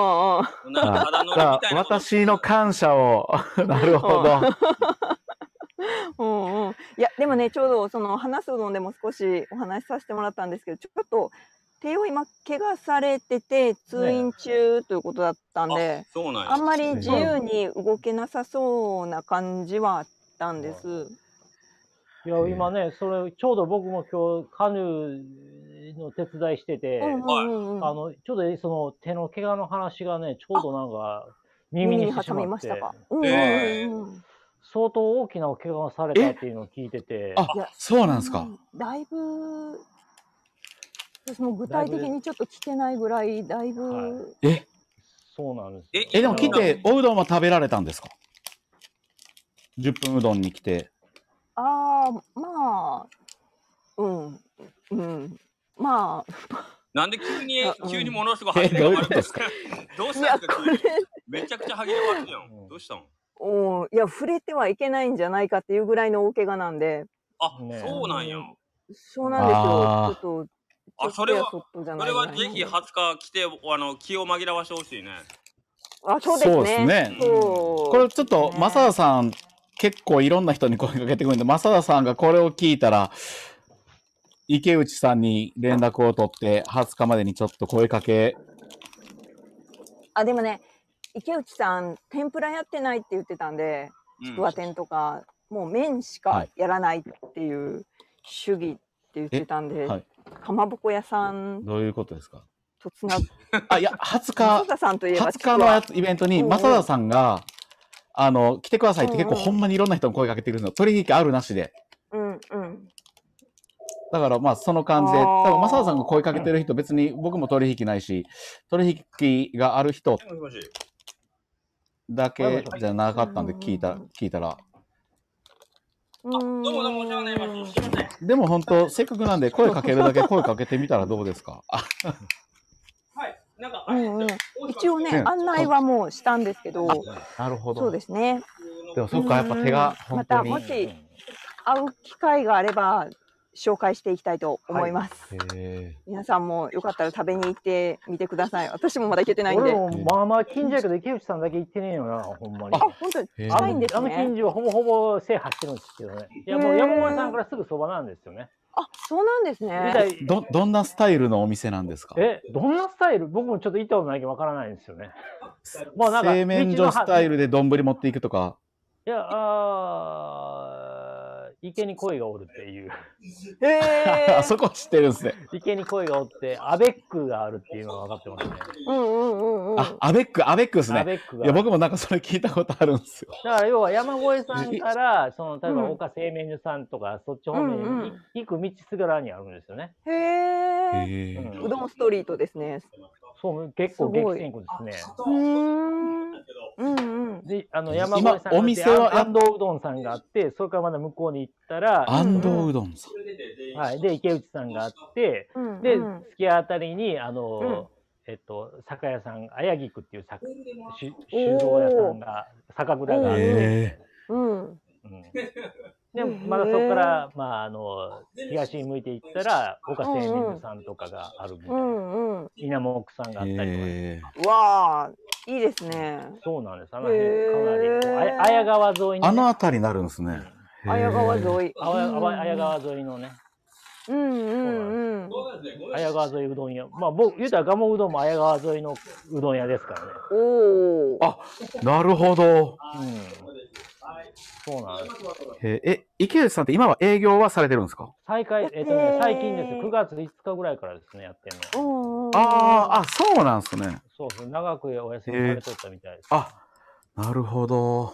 S2: 私の感謝を、なるほど。
S5: いやでもねちょうどその話すうどんでも少しお話しさせてもらったんですけどちょっと手を今怪我されてて通院中ということだったんで、あんまり自由に動けなさそうな感じはあったんです。
S3: いや今ねそれちょうど僕も今日カヌーの手伝いしてて、ちょうどその手の怪我の話がねちょうどなんか耳にしてしまって。相当大きなお怪我をされたっていうのを聞いてて。
S2: そうなんですか。
S5: だいぶ、私も具体的にちょっと聞けないぐらい、だいぶ。
S3: そうなんです。
S2: でも来て、おうどんは食べられたんですか ?10 分うどんに来て。
S5: まあ、まあ。
S1: なんで急にものすごい歯切れが悪いんですか？どうしたんですか？めちゃくちゃ歯切れ悪いやん。どうしたの？
S5: いや触れてはいけないんじゃないかっていうぐらいの大怪我なんで。
S1: そうなんや。
S5: そうなんですよ。ちょっと
S1: それはぜひ20日来て気を紛らわしてほしいね。
S5: そうですね。
S2: これちょっと正田さん結構いろんな人に声かけてくるんで、正田さんがこれを聞いたら池内さんに連絡を取って20日までにちょっと声かけ。
S5: でもね。池内さん天ぷらやってないって言ってたんで、ちくわ天とかもう麺しかやらないっていう主義って言ってたんで、かまぼこ屋さん
S2: どういうことですか？
S5: とつなぐ。
S2: いや20日のイベントに正田さんが来てくださいって結構ほんまにいろんな人に声かけてくるの。取引あるなしで。だからまあその感じで、多分正田さんが声かけてる人別に僕も取引ないし、取引がある人だけじゃなかったんで聞いたら。でも本当せっかくなんで声かけるだけ声かけてみたらどうですか？
S5: 一応ね案内はもうしたんですけど。
S2: なるほど。
S5: そうですね。
S2: でもそっかやっぱ手が
S5: またもし会う機会があれば紹介していきたいと思います。
S2: へ
S5: 皆さんもよかったら食べに行ってみてください。私もまだ行けてないんで。
S3: 俺もまあまあ近所やけど池内さんだけ行ってねえよな、ほんまに。
S5: あ、本当に近いんです
S3: あの
S5: ね。
S3: 近所はほぼほぼ制覇してるんですけどね。いやもう山森さんからすぐそばなんですよね。
S5: あ、そうなんですね。
S2: どんなスタイルのお店なんですか？
S3: どんなスタイル？僕もちょっと行ったことないけどわからないんですよね。もうなんか
S2: 製麺所スタイルで丼持っていくとか。
S3: いや、池に鯉がおるっていう。
S2: あそこ知ってるんですね。
S3: 池に鯉がおって、アベックがあるっていうのが分かってますね。
S2: あ、アベックですね。
S3: アベックが。
S2: いや、僕もなんかそれ聞いたことあるんですよ。
S3: だから要は山越さんから、例えば岡製麺所さんとか、そっち方面に行く道すがらにあるんですよね。
S5: へえ。うどんストリートですね。
S3: そう、結構激戦区ですね。で、山越さん
S2: お店は
S3: 安藤うどんさんがあって、それからまだ向こうに行ったら、
S2: 安藤うどんさん。
S3: はい。で、池内さんがあって、で、突き当たりに、酒屋さん、あやぎくっていう酒造屋さんが、酒蔵があって、で、まだそこから、まあ、東に向いていったら、岡製麺所さんとかがあるみたいな。稲毛奥さんがあったりとか。
S5: わあ、いいですね。
S3: そうなんです。あの辺、かなり、綾川沿いに。
S2: あの辺りになるんですね。
S5: 綾川沿い。
S3: 綾川沿いのね。綾川沿いうどん屋。まあ、僕、言うたら、蒲生うどんも綾川沿いのうどん屋ですからね。
S2: あ、なるほど。
S3: そうなんです。
S2: 池内さんって今は営業はされてるんですか？
S3: 最近です。9月5日ぐらいからですね、やってるの。
S2: そうなんですね。
S3: そうですね。長くお休みされとったみたいです。
S2: なるほど。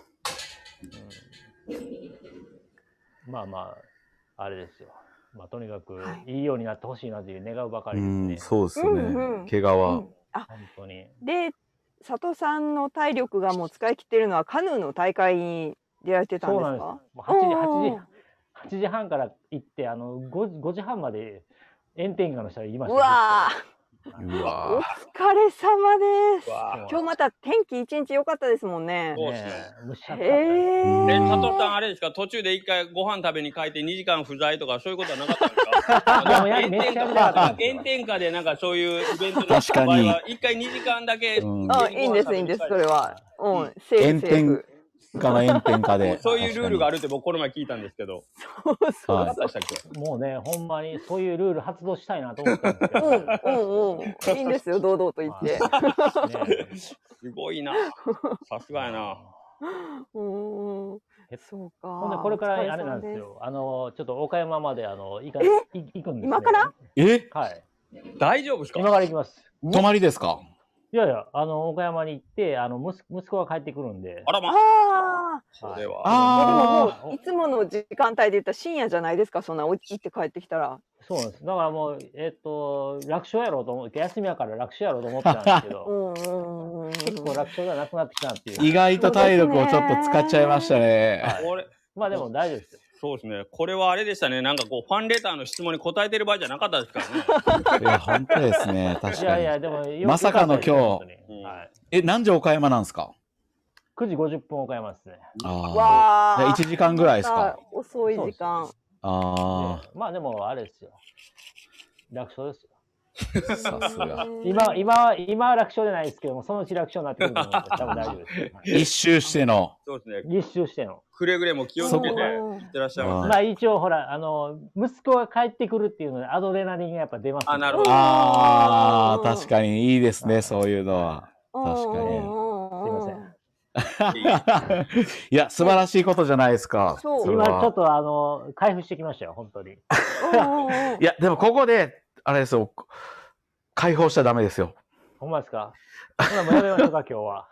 S3: まあまあ、あれですよ。まあ、とにかくいいようになってほしいなという願うばかりですね。
S2: そうですよね。怪我は。
S3: 本当に。
S5: で、佐藤さんの体力がもう使い切ってるのはカヌーの大会に出られてたんですか？
S3: そうなんです。8時半から行って、5時半まで炎天下の下でいました。
S5: うわお疲れ様です。今日また天気一日良かったですもんね。
S1: そうですね。
S5: 佐
S1: 藤さんあれですか、途中で一回ご飯食べに帰って2時間不在とかそういうことはなかったんですか？炎天下でなんかそういうイベントの場合は一回2時間だけ。
S5: いいんです、いいんです、それは。
S2: 炎天下で。
S1: そういうルールがあるって僕この前聞いたんですけど。
S3: もうね、ほんまにそういうルール発動したいなと思ったんですけど。
S5: いいんですよ、堂々と言って。
S1: すごいな。さすがやな。
S5: そうか。
S3: ほんでこれからあれなんですよ。ちょっと岡山まで行くんです。
S5: 今から？
S3: はい。
S1: 大丈夫ですか？
S3: 今から行きます。
S2: 泊まりですか？
S3: いやいや、岡山に行って、息子が帰ってくるんで。
S1: あらま。
S5: それは。でももう、いつもの時間帯で言ったら深夜じゃないですか、そんな行って帰ってきたら。
S3: そうなんです。だからもう、楽勝やろうと思って、休みやから楽勝やろうと思ってたんですけど、結構楽勝がなくなってきたっていう。
S2: 意外と体力をちょっと使っちゃいましたね。
S3: まあでも大丈夫ですよ。
S1: そうですね。これはあれでしたね。なんかこう、ファンレターの質問に答えてる場合じゃなかったですからね。
S2: いや、本当ですね。確かに。
S3: いやいや、でも、
S2: まさかの今日。何時岡山なんですか
S3: ？9時50分岡山ですね。
S5: 1
S2: 1時間ぐらいですか？
S5: 遅い時間。
S3: まあでも、あれですよ。楽勝ですよ。
S2: さすが。
S3: 今は楽勝じゃないですけども、そのうち楽勝になってくると思って多分大丈夫です。
S2: 一周しての。
S1: そうですね。
S3: 一周しての。
S1: くれぐれも気をつけていってらっしゃいます。
S3: まあ一応ほら、息子が帰ってくるっていうので、アドレナリンがやっぱ出ます。
S1: なるほど。
S2: 確かにいいですね、そういうのは。確かに。すいません。いや、素晴らしいことじゃないですか。
S3: 今ちょっと開封してきましたよ、本当に。
S2: いや、でもここで、あれですよ、解放しちゃダメですよ。
S3: ほんまですか？もうやめましょうか、今日は。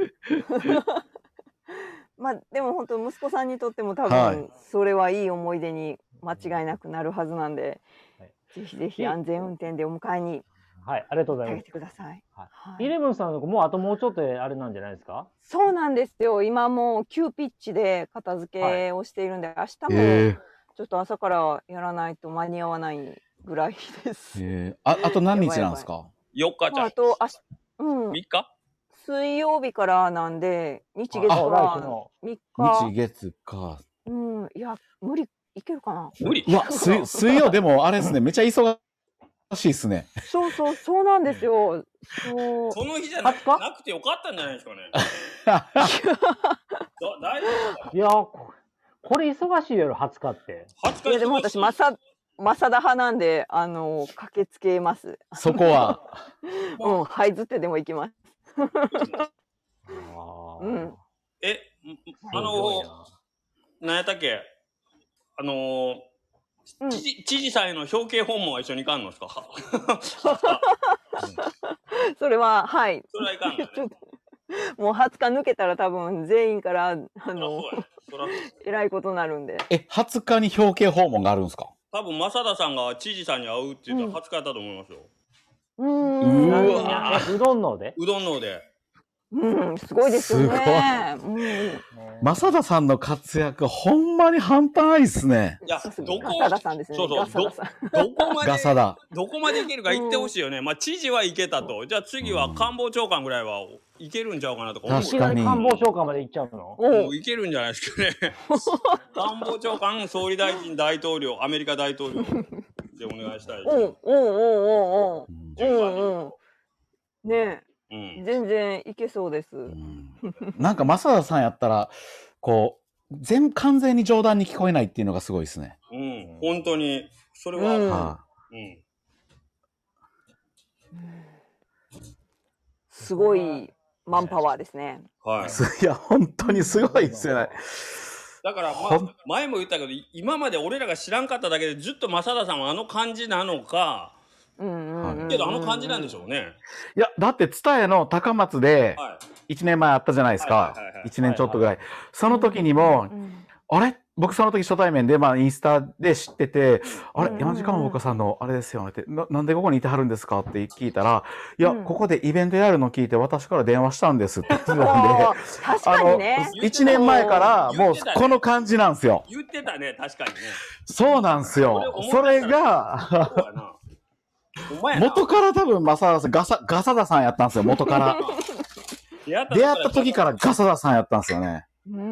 S5: まあでも本当息子さんにとっても多分それはいい思い出に間違いなくなるはずなんで、ぜひぜひ安全運転でお迎えに
S3: ありがとうございます。
S5: てください。
S3: イレブンさんのもうちょっとあれなんじゃないですか？
S5: そうなんですよ。今もう急ピッチで片付けをしているんで、明日もちょっと朝からやらないと間に合わないぐらいです。
S2: あと何日なんですか
S1: ？4日じゃん。
S5: あと
S1: 3日？
S5: 水曜日からなんで、日月は3日。
S2: 日月か。
S5: いや、無理いけるかな。
S1: 無理。
S2: うわ、水曜でもあれですね、めっちゃ忙しいですね。
S5: そうなんですよ。そう。
S1: その日じゃな
S3: 20日
S1: くてよかったんじゃないですかね。大丈夫か
S3: いや、これ忙しいやろ、20日って。
S1: 20日
S5: いやでも私正田派なんで駆けつけます。
S2: そこは。
S5: はいずってでも行きます。うん。
S1: 何やったっけ、知事さんへの表敬訪問は一緒に行かんのですか？
S5: それははい。
S1: それはいかんのね。
S5: もう20日抜けたら多分全員からえらいことになるんで。
S2: 20日に表敬訪問があるんですか？
S1: 多分正田さんが知事さんに会うって言ったら20日やったと思いますよ。
S3: うどんので。
S5: すごいですよね。
S2: 正田さんの活躍ほんまに半端ないっすね。
S1: いや、
S5: ガサダさんですね。
S1: どこまでいけるか言ってほしいよね。まあ知事はいけたと。じゃあ次は官房長官ぐらいはいけるんちゃうかなとか思う。
S2: 確かに。
S3: 官房長官まで行っちゃうの？
S1: もういけるんじゃないですかね。官房長官、総理大臣、大統領、アメリカ大統領でお願いしたい。
S5: ねえ。全然いけそうです。
S2: なんか正田さんやったらこう完全に冗談に聞こえないっていうのがすごいですね。
S1: 本当にそれは、
S5: すごいマンパワーですね。
S1: はい。
S2: いや本当にすごいですよね。
S1: だから前も言ったけど、今まで俺らが知らんかっただけでずっと正田さんはあの感じなのか。けどあの感じなんでしょうね。
S2: いやだって蔦屋の高松で1年前あったじゃないですか。1年ちょっとぐらい。その時にもあれ僕その時初対面でインスタで知ってて、あれ山地かもぼかさんのあれですよねって、なんでここにいてはるんですかって聞いたら、いやここでイベントやるの聞いて私から電話したんですって言ってたんで、1年前からもうこの感じなんですよ。
S1: 言ってたね、確かにね。
S2: そうなんですよ。それが元から多分正田さんガサダさんやったんですよ。元から出会った時からガサダさんやったんですよね。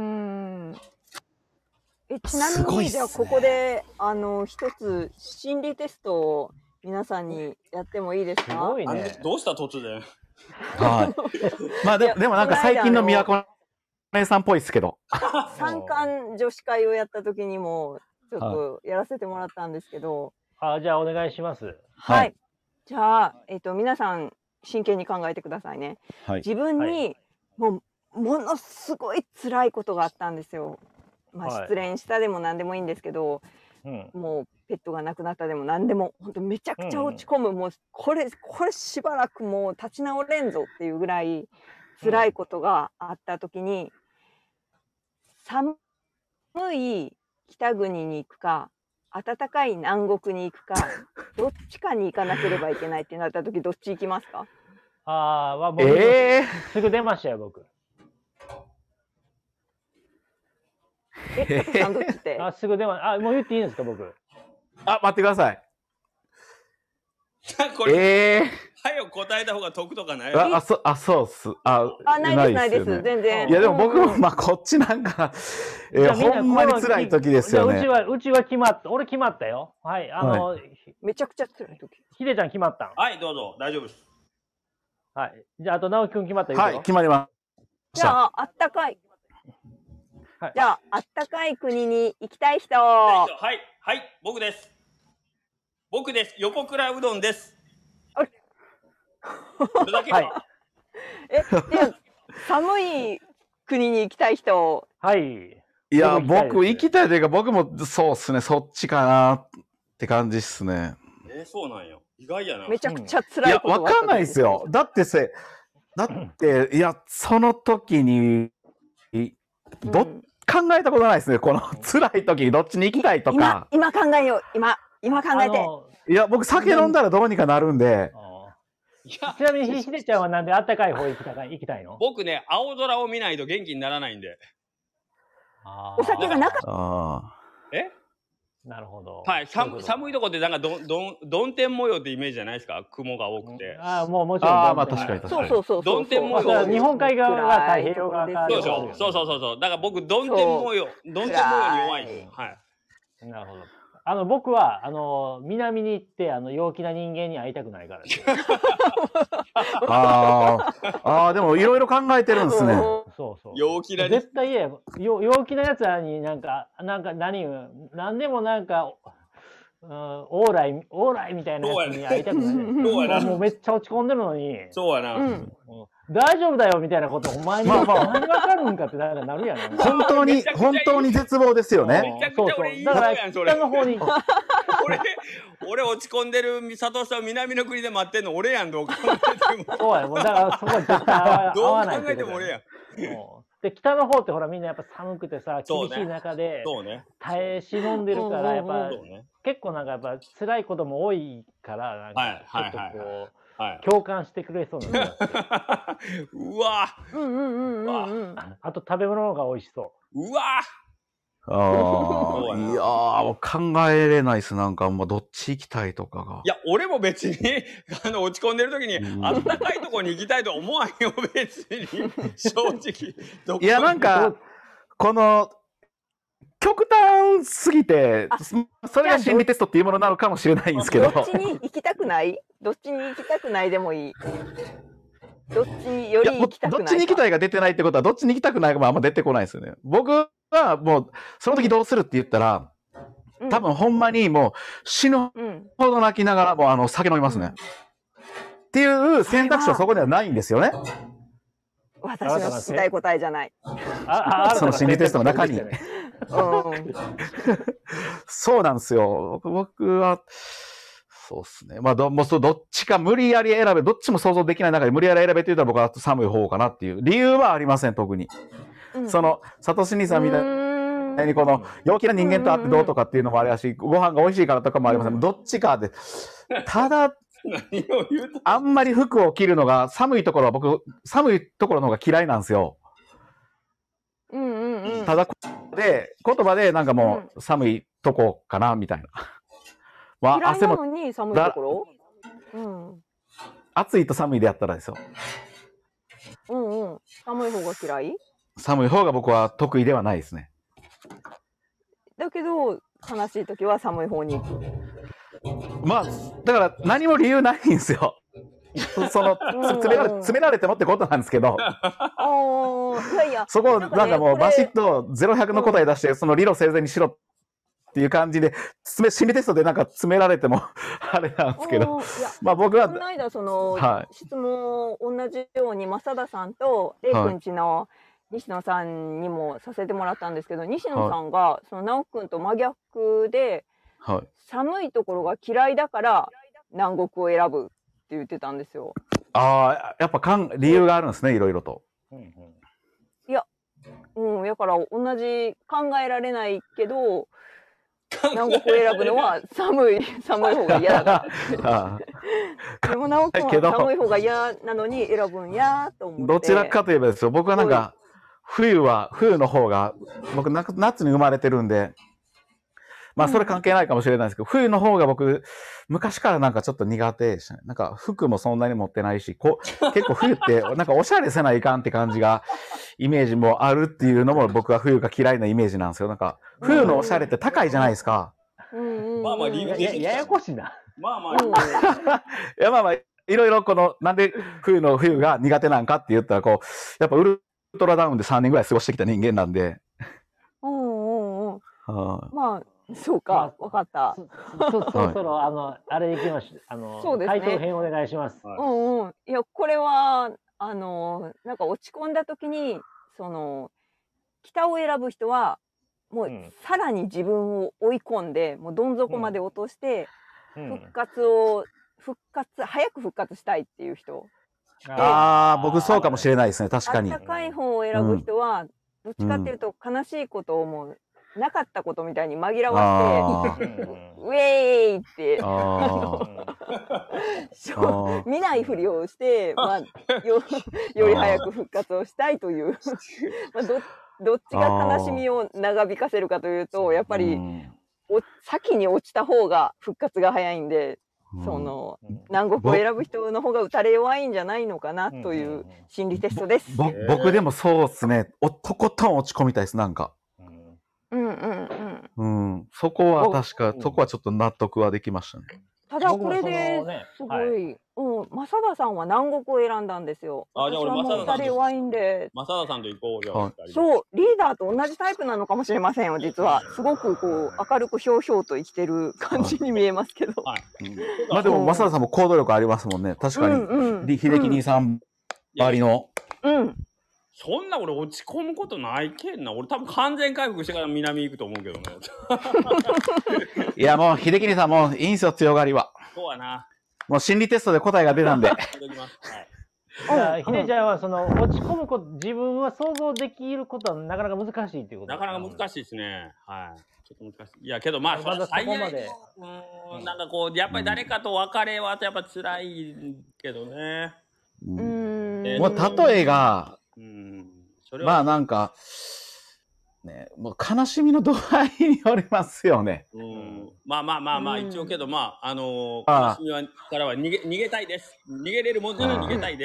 S5: ちなみにじゃあここで一つ心理テストを皆さんにやってもいいですか？
S3: すごいね。
S1: どうした突然。
S2: はい。まあでもなんか最近の宮古姉さんっぽいですけど。
S5: 三冠女子会をやった時にもちょっとやらせてもらったんですけど。
S3: じゃあお願いします。
S5: はい。じゃあ皆さん真剣に考えてくださいね。自分にものすごい辛いことがあったんですよ。失恋したでも何でもいいんですけど、もうペットが亡くなったでも何でも本当めちゃくちゃ落ち込む、もうこれしばらくもう立ち直れんぞっていうぐらい辛いことがあった時に、寒い北国に行くか暖かい南国に行くかどっちかに行かなければいけないってなった時どっち行きますか？
S3: 僕すぐ出ましたよ僕。
S5: どっちって？
S3: すぐ出まもう言っていいんですか僕？
S2: 待ってください。
S1: これはよ答えた方が得とかない？
S2: そうっす。
S5: ないです全然。
S2: いやでも僕もこっちなんかほんまに辛い時ですよね。
S3: うちは決まった。俺決まったよ。はい。
S5: めちゃくちゃ辛い時。
S3: ひでちゃん決まったん？
S1: はいどうぞ大丈夫です。
S3: はい。じゃああと直樹くん決まった？
S2: はい決まりま
S5: した。じゃああったかい。じゃああったかい国に行きたい人。
S1: はい僕です。横倉うどんです。
S5: あれ
S1: これだけは。
S5: 寒い国に行きたい人。
S3: はい。
S2: いや僕行きたいというか僕もそうっすね、そっちかなって感じっすね。
S1: そうなんや。意外やな。
S5: めちゃくちゃ辛いこと。
S2: いやわかんないですよ。だっていやその時に考えたことないですね。この辛い時にどっちに行きたいとか。
S5: 今考えよう。今考えて。
S2: いや僕酒飲んだらどうにかなるんで。
S3: ちなみにひでちゃんはなんであったかい方行きたいの？
S1: 僕ね青空を見ないと元気にならないんで。
S5: お酒がなかった。
S3: なるほど。
S1: はい。寒いとこでなんか曇天模様ってイメージじゃないですか。雲が多くて。
S3: もちろん。
S2: 確かに。
S5: そう。
S1: 曇天模様。
S3: 日本海側が太平洋側が。
S1: そう。だから僕曇天模様に弱いんです。はい。
S3: なるほど。僕は、南に行って、陽気な人間に会いたくないからです。
S2: でもいろいろ考えてるんですね。
S3: そうそう。
S1: 陽気な
S3: 絶対言えば、陽気なやつらになんでもなんか、オーライみたいなやつに会いたくない。もうめっちゃ落ち込んでるのに。
S1: そうやな。
S3: 大丈夫だよみたいなこと、お前に何わかるんかってなるやん。
S2: 本当に絶望ですよね。
S1: めちゃくちゃ俺言いそうやん、それ。俺落ち込んでる佐藤さん南の国で待ってんの俺やん、どう考えても。
S3: そうや、だからそこは絶対合わない。
S1: どう考えても俺やん。
S3: で、北の方ってほらみんなやっぱ寒くてさ、厳しい中で耐え忍んでるから、やっぱ結構なんかやっぱ辛いことも多いから、なんかちょっとこう、共感してくれそうなんですよ。
S1: うわ。
S3: あと食べ物が美味しそう。
S1: うわ。
S2: いやー、考えれないです。なんか、どっち行きたいとかが。
S1: いや、俺も別に、落ち込んでる時に、あったかいとこに行きたいと思わんよ、別に。正直。
S2: いや、なんか、この、極端すぎて、それが心理テストっていうものなのかもしれないんですけど。
S5: どっちに行きたくない？どっちに行きたくないでもいい。どっちにより行きたくないか。
S2: どっちに行きたいが出てないってことは、どっちに行きたくないかもあんま出てこないですよね。僕はもう、その時どうするって言ったら、多分ほんまにもう死ぬほど泣きながらもう酒飲みますね。っていう選択肢はそこではないんですよね。
S5: 私の聞きたい答えじゃない。
S2: その心理テストの中に。そうなんですよ。僕は、そうですね。どっちか無理やり選べ、どっちも想像できない中で無理やり選べって言ったら僕は寒い方かなっていう理由はありません、特に。サトシ兄さんみたいにこの陽気な人間と会ってどうとかっていうのもあれだし、ご飯が美味しいからとかもありません。どっちかで。ただ、あんまり服を着るのが寒いところは僕、寒いところの方が嫌いなんですよ。ただ、言葉でなんかもう寒いとこかな、みたいな。
S5: 嫌いなのに寒いところ？
S2: 暑いと寒いでやったらですよ。
S5: 寒い方が嫌い？
S2: 寒い方が僕は得意ではないですね。
S5: だけど、悲しい時は寒い方に行く。
S2: だから何も理由ないんですよ。詰められてもってことなんですけど。そこをなんかもうバシッと0-100の答え出して、その理路整然にしろっていう感じで、心理テストでなんか詰められてもあれなんですけど。僕は。
S5: この間、質問同じように、正田さんと、レイ君ちの西野さんにもさせてもらったんですけど、西野さんが、直くんと真逆で、寒いところが嫌いだから南国を選ぶって言ってたんですよ。
S2: やっぱ理由があるんですね、いろいろと。
S5: いや、だから同じ考えられないけど、南国を選ぶのは寒い方が嫌だから。でも直くんは寒い方が嫌なのに選ぶんやと思って。
S2: どちらかといえばですよ、僕はなんか冬の方が、僕夏に生まれてるんで、それ関係ないかもしれないですけど、冬の方が僕、昔からなんかちょっと苦手でしたね。なんか服もそんなに持ってないし、結構冬ってなんかおしゃれせないかんって感じが、イメージもあるっていうのも僕は冬が嫌いなイメージなんですよ。なんか、冬のおしゃれって高いじゃないですか。
S1: 理由で
S3: ややこしいな。
S2: いやいろいろなんで冬が苦手なんかって言ったら、やっぱウルトラダウンで3年ぐらい過ごしてきた人間なんで。
S5: そうか、わかった。
S3: そろそろ、あれ行きましょう。回答編お願いします。
S5: いや、これは、なんか落ち込んだ時に、北を選ぶ人は、もう、さらに自分を追い込んで、もうどん底まで落として、早く復活したいっていう人。
S2: 僕そうかもしれないですね、確かに。
S5: 暖かい方を選ぶ人は、どっちかっていうと、悲しいことをもう、なかったことみたいに紛らわして、ウェーイって見ないふりをして、より早く復活をしたいというどっちが悲しみを長引かせるかというと、やっぱり先に落ちた方が復活が早いんで、南国を選ぶ人の方が打たれ弱いんじゃないのかなという心理テストです。
S2: 僕でもそうですね、とことん落ち込みたいです、なんか。 そこは確か、そこはちょっと納得はできましたね。
S5: ただこれですごい、正田さんは南国を選んだんですよ。
S1: あ、じゃあ俺
S5: 私はもう二人ワインで。
S1: 正田さんと行こうじゃあ。
S5: そう、リーダーと同じタイプなのかもしれませんよ、実は。すごくこう、明るくひょうひょうと生きてる感じに見えますけど。
S2: まあでも、正田さんも行動力ありますもんね。確かに。秀樹兄さん周りの。
S1: そんな俺落ち込むことないけんな。俺多分完全回復してから南行くと思うけどね。
S2: いやもう、秀樹兄さんもいいんすよ、強がりは。
S1: そうやな。
S2: もう心理テストで答えが出たんで。
S3: ひでちゃんはその落ち込むこと、自分は想像できることはなかなか難しいっていうこと
S1: なかなか難しいですね。はい。ちょっと難しい。いやけどまあ、それ最悪なんかこう、やっぱり誰かと別れはやっぱ辛いけどね。
S2: もう例えが、まあなんか、ね、もう悲しみの度合いによりますよね。
S1: まあ、一応けど、まあ、悲しみからは逃げたいです。逃げれるもんなら逃げたいです。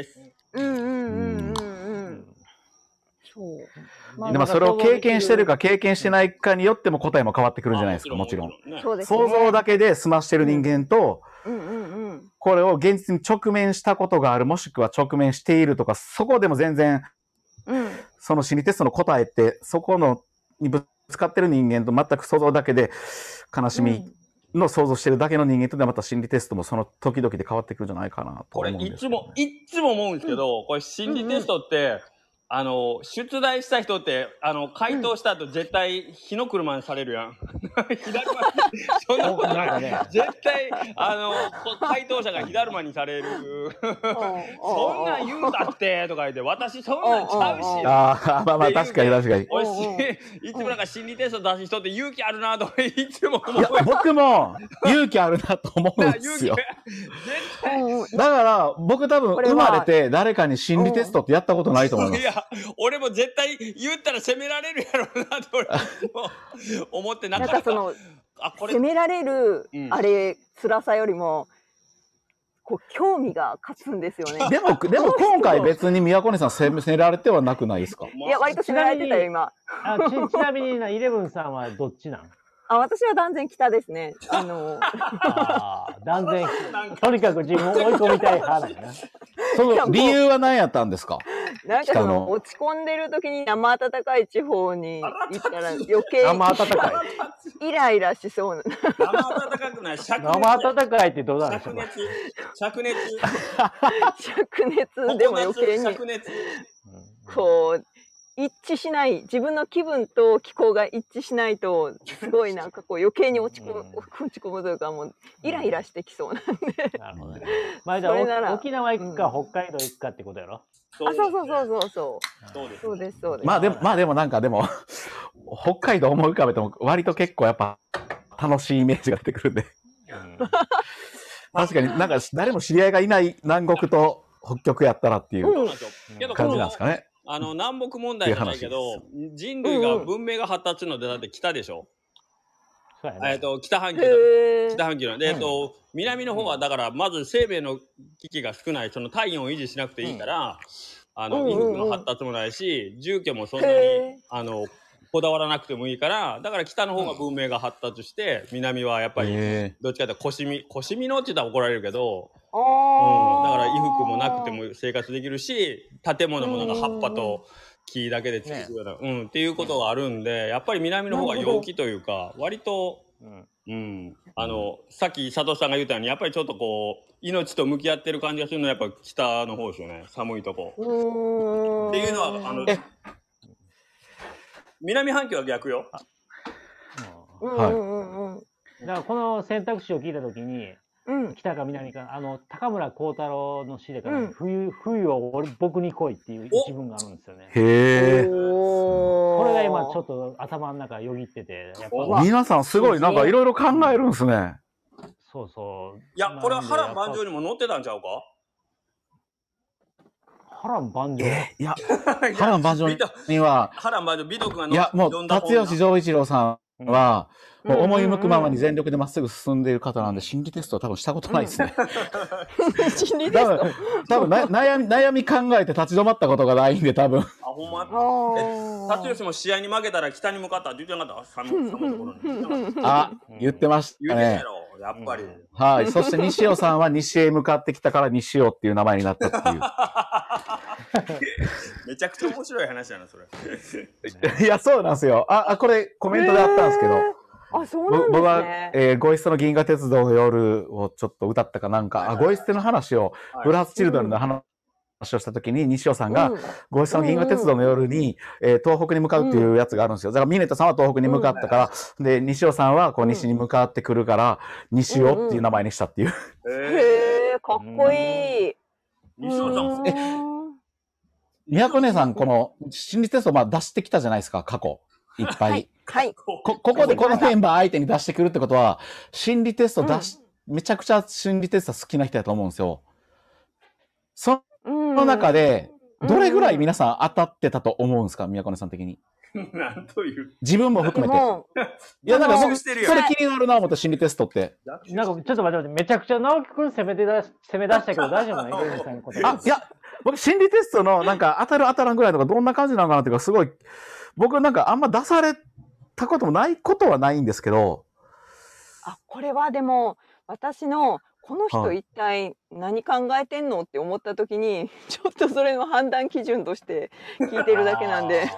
S5: そう。
S2: でもそれを経験してるか経験してないかによっても答えも変わってくるんじゃないですか、もちろん。想像だけで済ましてる人間と、これを現実に直面したことがある、もしくは直面しているとか、そこでも全然、その心理テストの答えって、そこのにぶつかってる人間と全く想像だけで、悲しみの想像してるだけの人間とでまた心理テストもその時々で変わってくるんじゃないかなと思うんです。
S1: これいつも思うんですけど、これ心理テストって、出題した人って、回答した後絶対火の車にされるやん。火だるまに、そんなことない。絶対、回答者が火だるまにされる。そんなん言うんだって、とか言って、私そんなんちゃうし。
S2: まあ確かに確かに。
S1: いつもなんか心理テスト出す人って勇気あるなといつも思う。
S2: いや、僕も勇気あるなと思うんですよ。だから、僕多分生まれて誰かに心理テストってやったことないと思います。
S1: いや、俺も絶対言ったら責められるやろうなって俺も思ってなかった。
S5: なんかその責められる、あれ辛さよりもこう興味が勝つんですよね。
S2: でも今回別に宮古根さん責められてはなくないですか？
S5: いや割と責められてたよ今。
S3: ちなみにイレブンさんはどっちなん？
S5: 私は断然北ですね。
S3: 断然、とにかく自分を追い込みたい派だよね。
S2: その理由は何やったんですか？
S5: なんかその落ち込んでる時に生暖かい地方に行ったら余計
S2: 生暖か
S5: いイライラしそうな。
S1: 生暖かくない。
S3: 生暖かいってどうなんでしょうか？
S1: 灼熱
S5: でも余計にこう一致しない、自分の気分と気候が一致しないとすごいなんかこう余計に落ち込むというかもうイライラしてきそうなんで。
S3: なるほどね。まあじゃあ沖縄行くか北海道行くかってことやろ。
S5: そうです。
S2: まあでもなんか北海道思い浮かべても割と結構やっぱ楽しいイメージが出てくるんで。確かになんか誰も知り合いがいない南国と北極やったらっていう感じなんですかね。
S1: 南北問題じゃないけど、人類が文明が発達するのでだって北でしょ。北半球なんで、南の方はだからまず生命の危機が少ない、その体温を維持しなくていいから、衣服の発達もないし、住居もそんなにこだわらなくてもいいから、だから北の方が文明が発達して、南はやっぱりどっちかというと腰みのって言ったら怒られるけど、だから衣服もなくても生活できるし、建物もなんか葉っぱと木だけで作るような、っていうことがあるんで、やっぱり南の方が陽気というか、割と、さっき佐藤さんが言ったように、やっぱりちょっとこう命と向き合ってる感じがするのはやっぱ北の方ですよね。寒いとこ。っていうのは南半球は逆よ。
S3: だからこの選択肢を聞いたときに、北か南か、高村光太郎の詩でから、冬を僕に来いっていう一文があるんですよね。
S2: へえ。
S3: これが今ちょっと頭の中よぎってて、
S2: やっぱ皆さんすごいなんかいろいろ考えるんですね。
S3: そうそう。
S1: いや、これは波乱万丈にも載ってたんちゃうか？
S3: 波乱万丈。
S2: いや、波乱万丈には、
S1: 波乱万丈、美徳が
S2: いや、もう、辰吉丈一郎さんは、 もう思い向くままに全力でまっすぐ進んでいる方なんで、心理テストは多分したことないですね。
S5: 心理テスト。
S2: 多分悩み考えて立ち止まったことがないんで、多分。
S1: あ、ほんま。辰吉も試合に負けたら北に向かったって言ってなかった？寒いところに。
S2: あ、言ってましたね。
S1: 言ってたやろ、やっぱり。
S2: はい。そして西尾さんは西へ向かってきたから西尾っていう名前になったっていう。
S1: めちゃくちゃ面白い話やな、それ。
S2: いや、そうなんですよ。これコメントであったんですけど。
S5: あ、そうなんですね。
S2: 僕は、ゴイステの銀河鉄道の夜をちょっと歌ったかなんか、ゴイステの話を、ブルーハーツチルドレンの話をしたときに、西尾さんが、ゴイステの銀河鉄道の夜に、東北に向かうっていうやつがあるんですよ。だから、ミネタさんは東北に向かったから、で、西尾さんはこう西に向かってくるから、西尾っていう名前にしたっていう。
S5: へえ、かっこいい。
S1: 西尾さん。
S2: みやこ姉さん、この心理テスト出してきたじゃないですか、過去。いっぱい。
S5: はい。
S2: ここでこのメンバー相手に出してくるってことは、心理テストめちゃくちゃ心理テスト好きな人だと思うんですよ。その中で、どれぐらい皆さん当たってたと思うんですか、みやこねさん的に。
S1: なんという。
S2: 自分も含めて。いや、なんか僕、それ気になるな思って、心理テストって。
S3: なんか、ちょっと待って、めちゃくちゃ直樹くん攻め出したけど大丈夫なの？さんのこと。
S2: いや、僕、心理テストの、なんか、当たる当たらんぐらいとか、どんな感じなのかなっていうか、すごい、僕なんかあんま出されたこともないことはないんですけど。
S5: あ、これはでも、私の、この人一体何考えてんのって思った時に、ちょっとそれの判断基準として聞いてるだけなんで。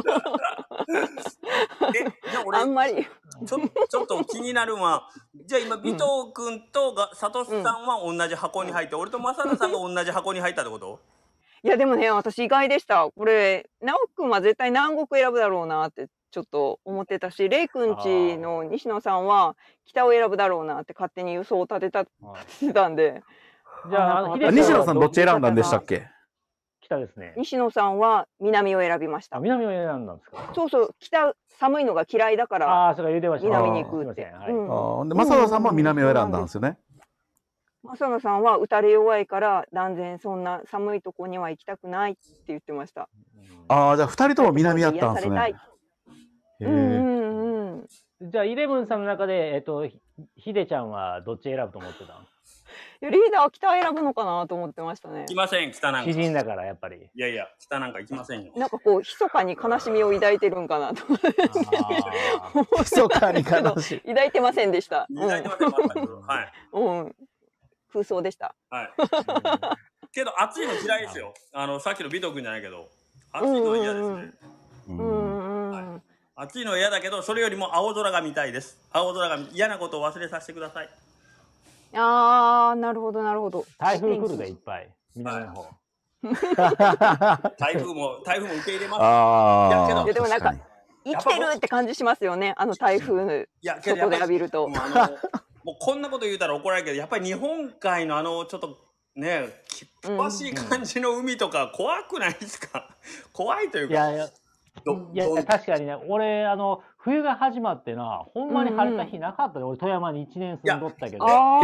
S5: あんまり。
S1: ちょっと気になるのは、じゃあ今、尾藤君とサトシさんは同じ箱に入って、俺と正田さんが同じ箱に入ったってこと？
S5: いやでもね、私意外でした。これ、直樹くんは絶対南国選ぶだろうなってちょっと思ってたし、レイくんちの西野さんは北を選ぶだろうなって勝手に予想を立てしてたんで。
S3: じゃあ、
S2: 西野さんどっち選んだんでしたっけ？
S3: 北ですね。
S5: 西野さんは南を選びました。
S3: 南を選んだんですか？
S5: そうそう、北寒いのが嫌いだから。
S3: ああ、そうか言うてました。
S5: 南に行くって。
S2: で、正田さんも南を選んだんですよね。
S5: 正野さんは打たれ弱いから断然そんな寒いとこには行きたくないって言ってました。
S2: ああ、じゃあ2人とも南やったんですね。
S3: じゃあイレブンさんの中でヒデちゃんはどっち選ぶと思ってたの？
S5: いやリーダーは北選ぶのかなと思ってましたね。
S1: 行きません、北なんか。
S3: 知人だからやっぱり。
S1: いやいや、北なんか行きませんよ。
S5: なんかこう密かに悲しみを抱いてるんかなと思って。
S2: 密かに悲しい。
S5: 抱いてませんでした。
S1: 抱いてません。はい。
S5: うん。空想でした。
S1: はい。けど暑いの嫌いですよ。さっきの尾藤君じゃないけど、暑いのは嫌ですね。暑いのは嫌だけど、それよりも青空が見たいです。青空が嫌なことを忘れさせてください。
S5: ああ、なるほどなるほど。
S3: 台風来るでいっぱい。南の方。
S1: 台風も受け入れます。
S2: い
S5: やでもなんか生きてるって感じしますよね。台風外で浴びると。
S1: もうこんなこと言うたら怒られるけど、やっぱり日本海のちょっとね、きっぱしい感じの海とか怖くないですか？怖いというか。
S3: いや確かにね、俺冬が始まってな、ほんまに晴れた日なかったで、俺富山に1年住んどったけど。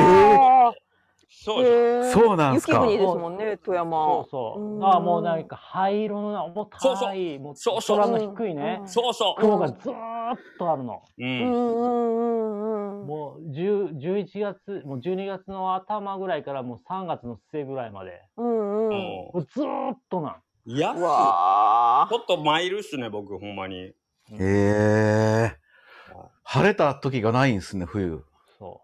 S2: そうなんですか。
S5: 雪国ですもんね、富山。
S3: そうそう。もうなんか灰色の重たい、もう空の低いね。雲がずーっとあるの。もう11月、もう12月の頭ぐらいからもう3月の末ぐらいまで。もうずーっとなん。
S1: いや、ちょっと参るっすね、僕、ほんまに。
S2: 晴れた時がないんですね、冬。
S3: そう。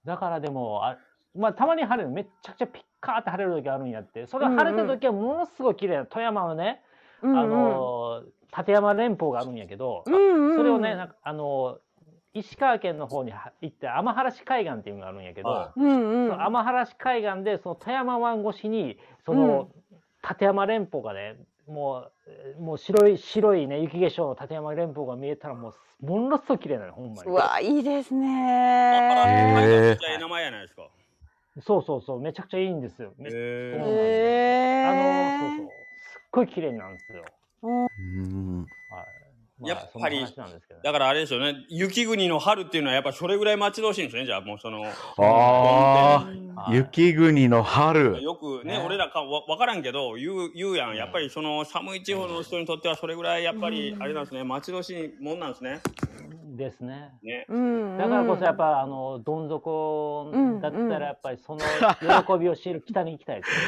S3: だからでも、たまに晴れる、めっちゃくちゃピッカーって晴れる時あるんやって。それ晴れてる時はものすごい綺麗な、富山のね、立山連峰があるんやけど、それをね、石川県の方に行って天原海岸っていうのがあるんやけど、その天原海岸でその富山湾越しにその立山連峰がね、もう白いね雪化粧の立山連峰が見えたらものすごい綺麗なの、ほんまに。
S5: うわいいですね。
S1: 名前やないですか。
S3: そうそうそう、めちゃくちゃいいんですよ。そうそう、すっごい綺麗なんですよ。
S1: やっぱりだからあれですよね、雪国の春っていうのはやっぱそれぐらい待ち遠しいんですね。じゃあもう
S2: 雪国の春
S1: よくね、俺らか分からんけど言うやん。やっぱりその寒い地方の人にとってはそれぐらいやっぱりあれなんですね、待ち遠しいもんなんですね。
S3: ですね。
S1: ね。
S3: だからこそやっぱどん底だったらやっぱりその喜びを知る北に行きたいです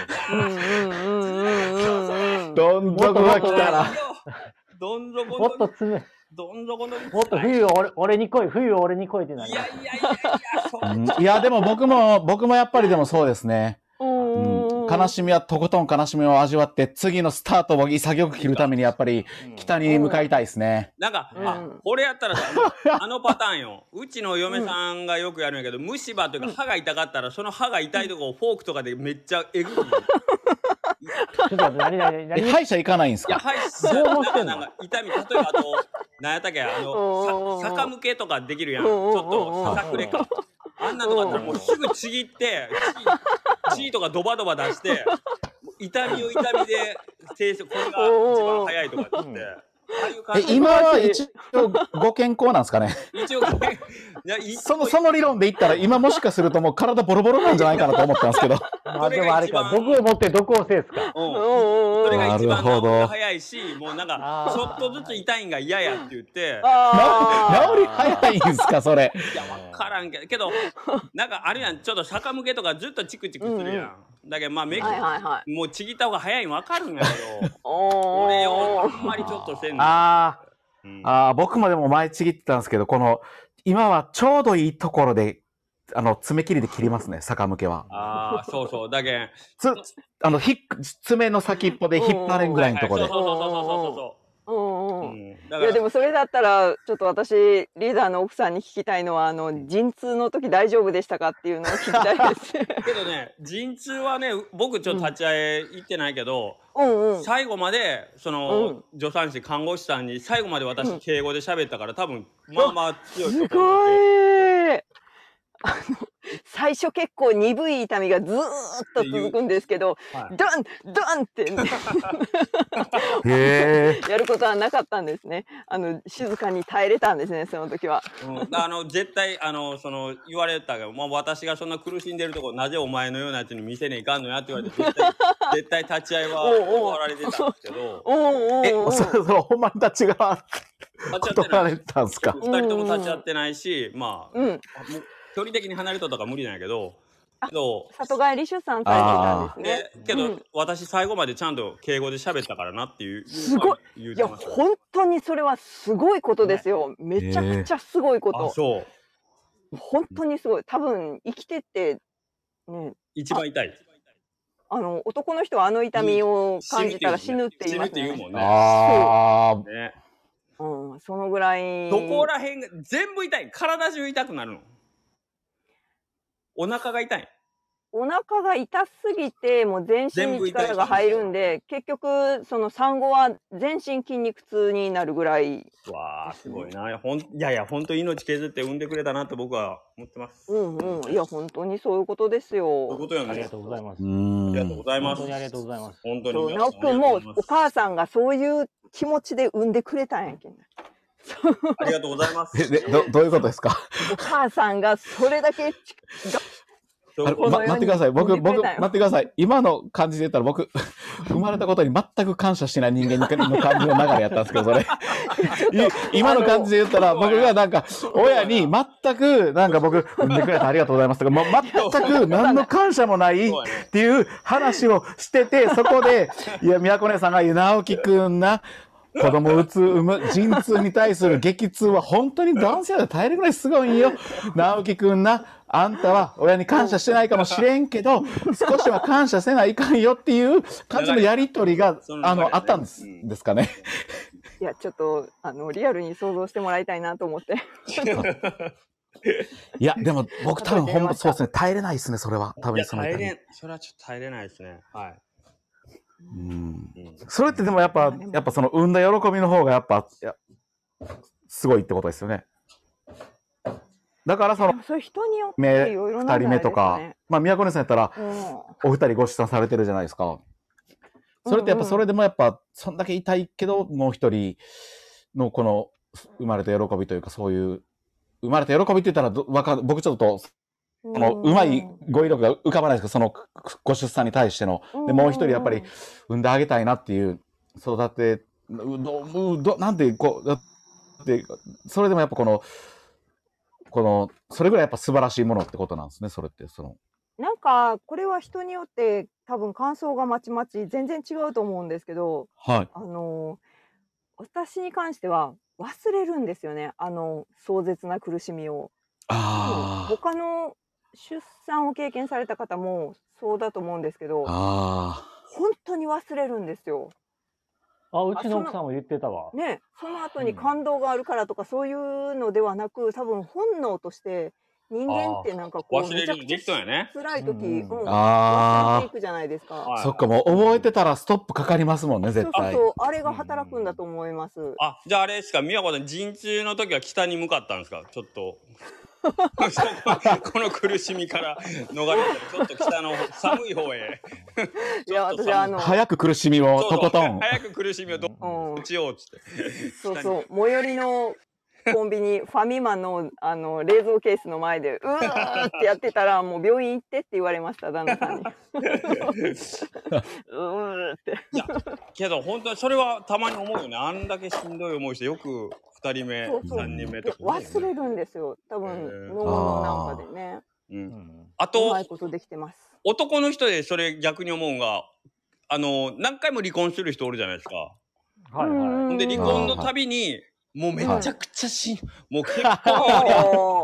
S2: ね。どん底が来たら。
S1: どん底
S3: もっと詰め。
S1: どん底の
S3: もっと冬俺に来い、冬俺に来いってなる。
S2: いやでも僕もやっぱりでもそうですね。悲しみはとことん悲しみを味わって次のスタートを潔く切るためにやっぱり北に向かいたいですね。
S1: なんか、これやったらさ、あのパターンよ。うちの嫁さんがよくやるんやけど、虫歯というか歯が痛かったらその歯が痛いとこをフォークとかでめっちゃえぐい。
S3: ちょっと何
S2: 歯医者行かないんですか？
S1: いや、歯医者なんか痛み、例えば何やったっけ、逆向けとかできるやん。ちょっとささくれか。あんなとかだったらもうすぐちぎって、血とかドバドバ出して、痛みを痛みで提出、これが一番早いとかって言って。
S2: 今は一応ご健康なんですかね。
S1: 一応
S2: その理論で言ったら今もしかするともう体ボロボロなんじゃないかなと思ったんですけど。
S3: まあでもあれか、毒を持って毒を制すか。
S1: それが一番治りが早いし、もうなんかちょっとずつ痛いんが嫌やって言って。
S2: 治り早いんですかそれ。
S1: いや分からんけど、なんかあるやん、ちょっと逆向けとかずっとチクチクするやん。だけどまあもうちぎった方が早いん分かるんやけど、俺をあんまりちょっとせんの。
S2: 僕もでも前ちぎってたんですけど、今はちょうどいいところで、爪切りで切りますね、逆向けは。
S1: そうそう。だけ
S2: 爪の先っぽで引っ張れんぐらいのところで。
S5: いやでもそれだったらちょっと私リーダーの奥さんに聞きたいのは陣痛の時大丈夫でしたかっていうのを聞きたいです。
S1: けどね、陣痛はね、僕ちょっと立ち会い行ってないけど、最後までその助産師看護師さんに最後まで私敬語で喋ったから多分まあまあ強いと思う。
S5: すごい。最初結構鈍い痛みがずーっと続くんですけど、ドンドンってやることはなかったんですね。静かに耐えれたんですね、その時は。
S1: 絶対言われたけど、私がそんな苦しんでるとこなぜお前のようなやつに見せねえかんのやって言われて絶対立ち会いは断られてたんですけど。
S2: そほんまに立ち会わ断られたんですか？
S1: 2人とも立ち会ってないし、まあ距離的に離れたとか無理なんやけど、
S5: 里帰り出産されてたんですね。
S1: けど私最後までちゃんと敬語で喋ったからなっていう。
S5: すごい。いや本当にそれはすごいことですよ。めちゃくちゃすごいこと。
S1: そう。
S5: 本当にすごい。多分生きてってね。
S1: 一番痛い。
S5: 男の人は痛みを感じたら死ぬって言いますね。
S1: 死ぬって言うもんね。
S5: そう。そのぐらい。
S1: どこら辺が全部痛い。体中痛くなるの。お腹が痛い。
S5: お腹が痛すぎてもう全身に力が入るんで結局その産後は全身筋肉痛になるぐらい。
S1: わあすごいな。いや本当命削って産んでくれたなと僕は思ってます。
S5: いや本当にそういうことですよ。
S1: そういうことよね。
S3: ありがとうございます。
S1: ありがとうございます。
S3: 本当にありがとうございます。
S1: 本当に。
S5: なおくんもお母さんがそういう気持ちで産んでくれたんやけん。
S1: ありがとうございます。
S2: どういうことですか？
S5: お母さんがそれだけ
S2: 待ってください。僕、待ってください。今の感じで言ったら僕、生まれたことに全く感謝してない人間の感じの流れやったんですけど、それ。今の感じで言ったら、僕がなんか、親に全く、なんか僕、産んでくれてありがとうございますとか、もう全く何の感謝もないっていう話をしてて、そこで、いや、宮古姉さんが言う、直樹くんな、子供産む陣痛に対する激痛は本当に男性で耐えるぐらいすごいんよ。直樹くんな、あんたは親に感謝してないかもしれんけど、少しは感謝せないかんよっていう感じのやりとりが、あったんですかね。
S5: いや、ちょっと、リアルに想像してもらいたいなと思って。
S2: いや、でも僕多分ほんまそうですね。耐えれないですね、それは。多分
S1: それはちょっと耐えれないですね。はい。
S2: それってでもやっぱその産んだ喜びの方がやっぱすごいってことですよね。だからその
S5: 2人
S2: 目とか、まあ宮古根さんやったらお二人ご出産されてるじゃないですか。それってやっぱそれでもやっぱそんだけ痛いけどもう一人のこの生まれた喜びというかそういう生まれた喜びって言ったら僕ちょっとうまい語彙力が浮かばないですけど、そのご出産に対しての。で、もう一人やっぱり産んであげたいなっていう、育て、なんて、 て、それでもやっぱそれぐらいやっぱ素晴らしいものってことなんですね、それって。
S5: なんか、これは人によって多分感想がまちまち全然違うと思うんですけど、
S2: はい。
S5: 私に関しては忘れるんですよね。壮絶な苦しみを。
S2: ああ。
S5: 他の出産を経験された方もそうだと思うんですけど、
S2: あ
S5: 本当に忘れるんですよ。
S3: うちの奥さんも言ってたわ。
S5: ね、その後に感動があるからとかそういうのではなく、多分本能として人間ってなんかこう
S1: 忘れるようにできたんやね。
S5: 辛い時、
S2: あ
S5: 忘れていくじゃないですか。
S1: はい
S2: そっか、もう覚えてたらストップかかりますもんね、絶対。
S5: そう、あれが働くんだと思います。
S1: じゃああれですか、宮子さん、陣痛の時は北に向かったんですか、ちょっと。この苦しみから逃れて、ちょっと北の寒い方へ。
S5: いや、私
S2: 早く苦しみをとことん。
S1: 早く苦しみを打ちようっつって。
S5: そう、最寄りのコンビニ、ファミマの冷蔵ケースの前で、うーってやってたら、もう病院行ってって言われました、旦那さんに。って。
S1: いや、けど本当にそれはたまに思うよね。あんだけしんどい思いして、よく2人目、3人目とか。
S5: 忘れるんですよ、多分、脳のなんかでね。
S1: あと、
S5: うまいことできてます。
S1: 男の人でそれ逆に思うんが、何回も離婚する人おるじゃないですか。
S3: はいはい。
S1: ほんで離婚のたびに、もうめちゃくちゃもう結構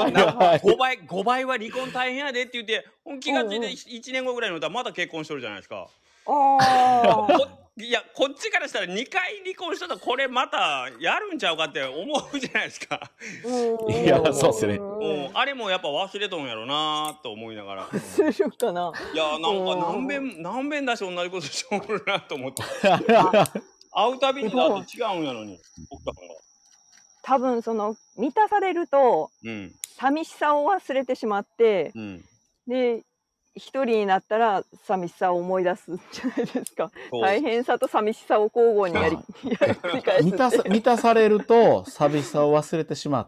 S1: 5倍は離婚大変やでって言って、気がついて1年後ぐらいの歌まだ結婚しとるじゃないですか。いや、こっちからしたら2回離婚したらこれまたやるんちゃうかって思うじゃないですか。
S2: いや、そうっすね。
S1: あれもやっぱ忘れとんやろなと思いながら。
S5: 忘れるかな。
S1: いや、なんか何遍だし同じことしておるなと思って。会うたびにだって違うんやのに、僕らが。
S5: 多分満たされると、寂しさを忘れてしまって、で一人になったら寂しさを思い出すじゃないですか。大変さと寂しさを交互に繰り返す。
S2: 満たされると寂しさを忘れてしまって、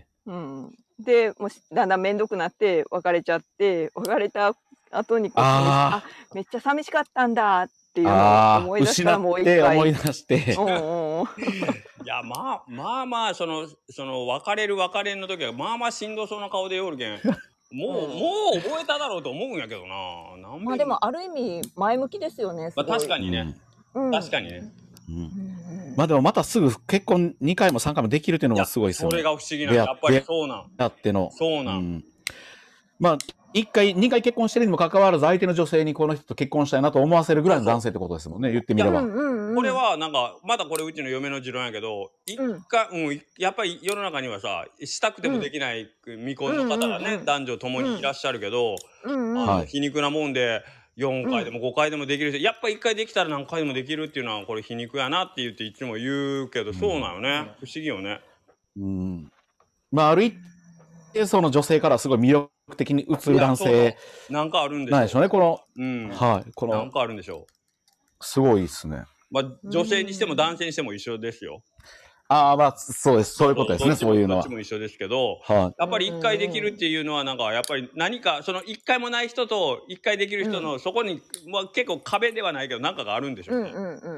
S5: でもうだんだん面倒くなって別れちゃって、別れた後にめっちゃ寂しかったんだっていうのを思い出したらもう一回
S2: 思い出して。
S1: いや、まあその別れの時はまあしんどそうな顔でおるけん。もう覚えただろうと思うんやけどな。
S5: まあでもある意味前向きですよね。
S1: 確かにね。確かにね。
S2: まあでもまたすぐ結婚2回も3回もできるっていうのがすごいですよね。
S1: それが不思議な、やっぱりそうなん。
S2: だっての。
S1: そうなん。
S2: まあ2回結婚してるにもかかわらず相手の女性にこの人と結婚したいなと思わせるぐらいの男性ってことですもんね、言ってみれば。
S1: これはなんかまだこれうちの嫁の持論やけど、やっぱり世の中にはさ、したくてもできない未婚の方がね、男女ともにいらっしゃるけど、皮肉なもんで4回でも5回でもできる人、やっぱ1回できたら何回でもできるっていうのはこれ皮肉やなって言っていつも言うけど、そうなのね。不思議よね。
S2: まあある一定その女性からすごい魅力的に映る男性
S1: なんかあるんで
S2: しょうね、この
S1: なんかあるんでしょう。
S2: すごいですね。
S1: まあ女性にしても男性にしても一緒ですよ。
S2: まあそうです、そういうことですね、そういうのは。
S1: どっちも一緒ですけど、やっぱり1回できるっていうのはなんかやっぱり何かその1回もない人と1回できる人のそこに結構壁ではないけど何かがあるんでしょうね。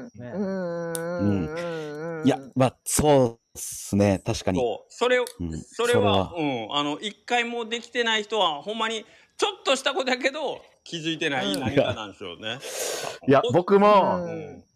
S2: いや、まあそうですね、確かに。
S1: それは1回もできてない人はほんまにちょっとしたことやけど気づいてない何かなんですよね。
S2: いや、僕も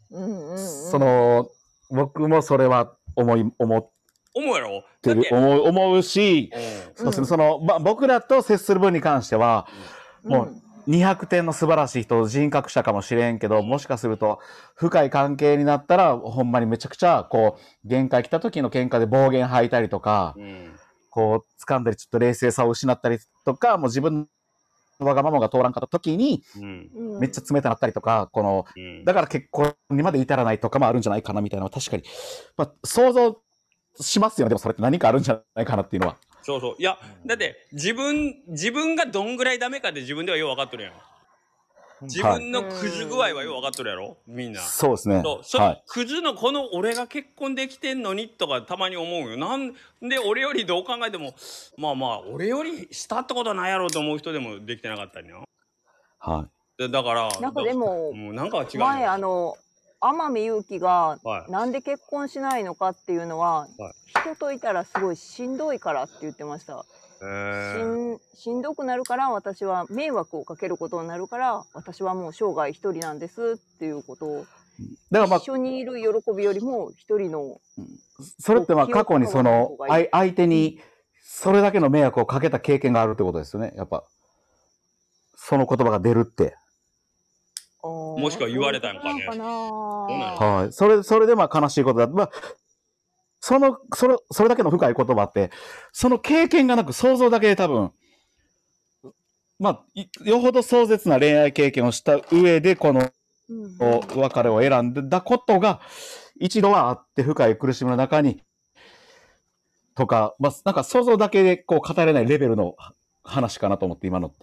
S2: それは思う
S1: やろ
S2: 思うし、そうですね、僕らと接する分に関しては、もう200点の素晴らしい人、人格者かもしれんけど、もしかすると深い関係になったら、ほんまにめちゃくちゃ、こう、限界来た時の喧嘩で暴言吐いたりとか、こう、掴んだりちょっと冷静さを失ったりとか、もう自分のわがままが通らんかった時に、めっちゃ冷たなったりとか、だから結婚にまで至らないとかもあるんじゃないかなみたいなのは確かに、まあ、想像しますよね。でもそれって何かあるんじゃないかなっていうのは。
S1: そう。いや、だって自分がどんぐらいダメかって自分ではよう分かっとるやん。自分のクズ具合はよう分かっとるやろみんな。
S2: そうですね。
S1: クズのこの俺が結婚できてんのにとかたまに思うよ。なんで俺よりどう考えてもまあ俺よりしたってことはないやろうと思う人でもできてなかったりな。
S2: はい。
S1: だから
S5: なんかでも
S1: なんか違う。
S5: 前天海祐希が
S1: はい
S5: なんで結婚しないのかっていうのは、
S1: はい
S5: 人といたらすごいしんどいからって言ってました。しんどくなるから私は迷惑をかけることになるから私はもう生涯一人なんですっていうことを、
S2: だからまあ
S5: 一緒にいる喜びよりも一人の、
S2: それってまあ過去にその相手にそれだけの迷惑をかけた経験があるってことですよね。やっぱその言葉が出るって。
S1: もしくは言われたんかね。
S2: はい。それでまあ悲しいことだ。まあそれだけの深い言葉って、その経験がなく想像だけで多分、まあ、よほど壮絶な恋愛経験をした上で、この別れを選んだことが、一度はあって深い苦しみの中に、とか、まあ、なんか想像だけでこう語れないレベルの話かなと思って、今のって。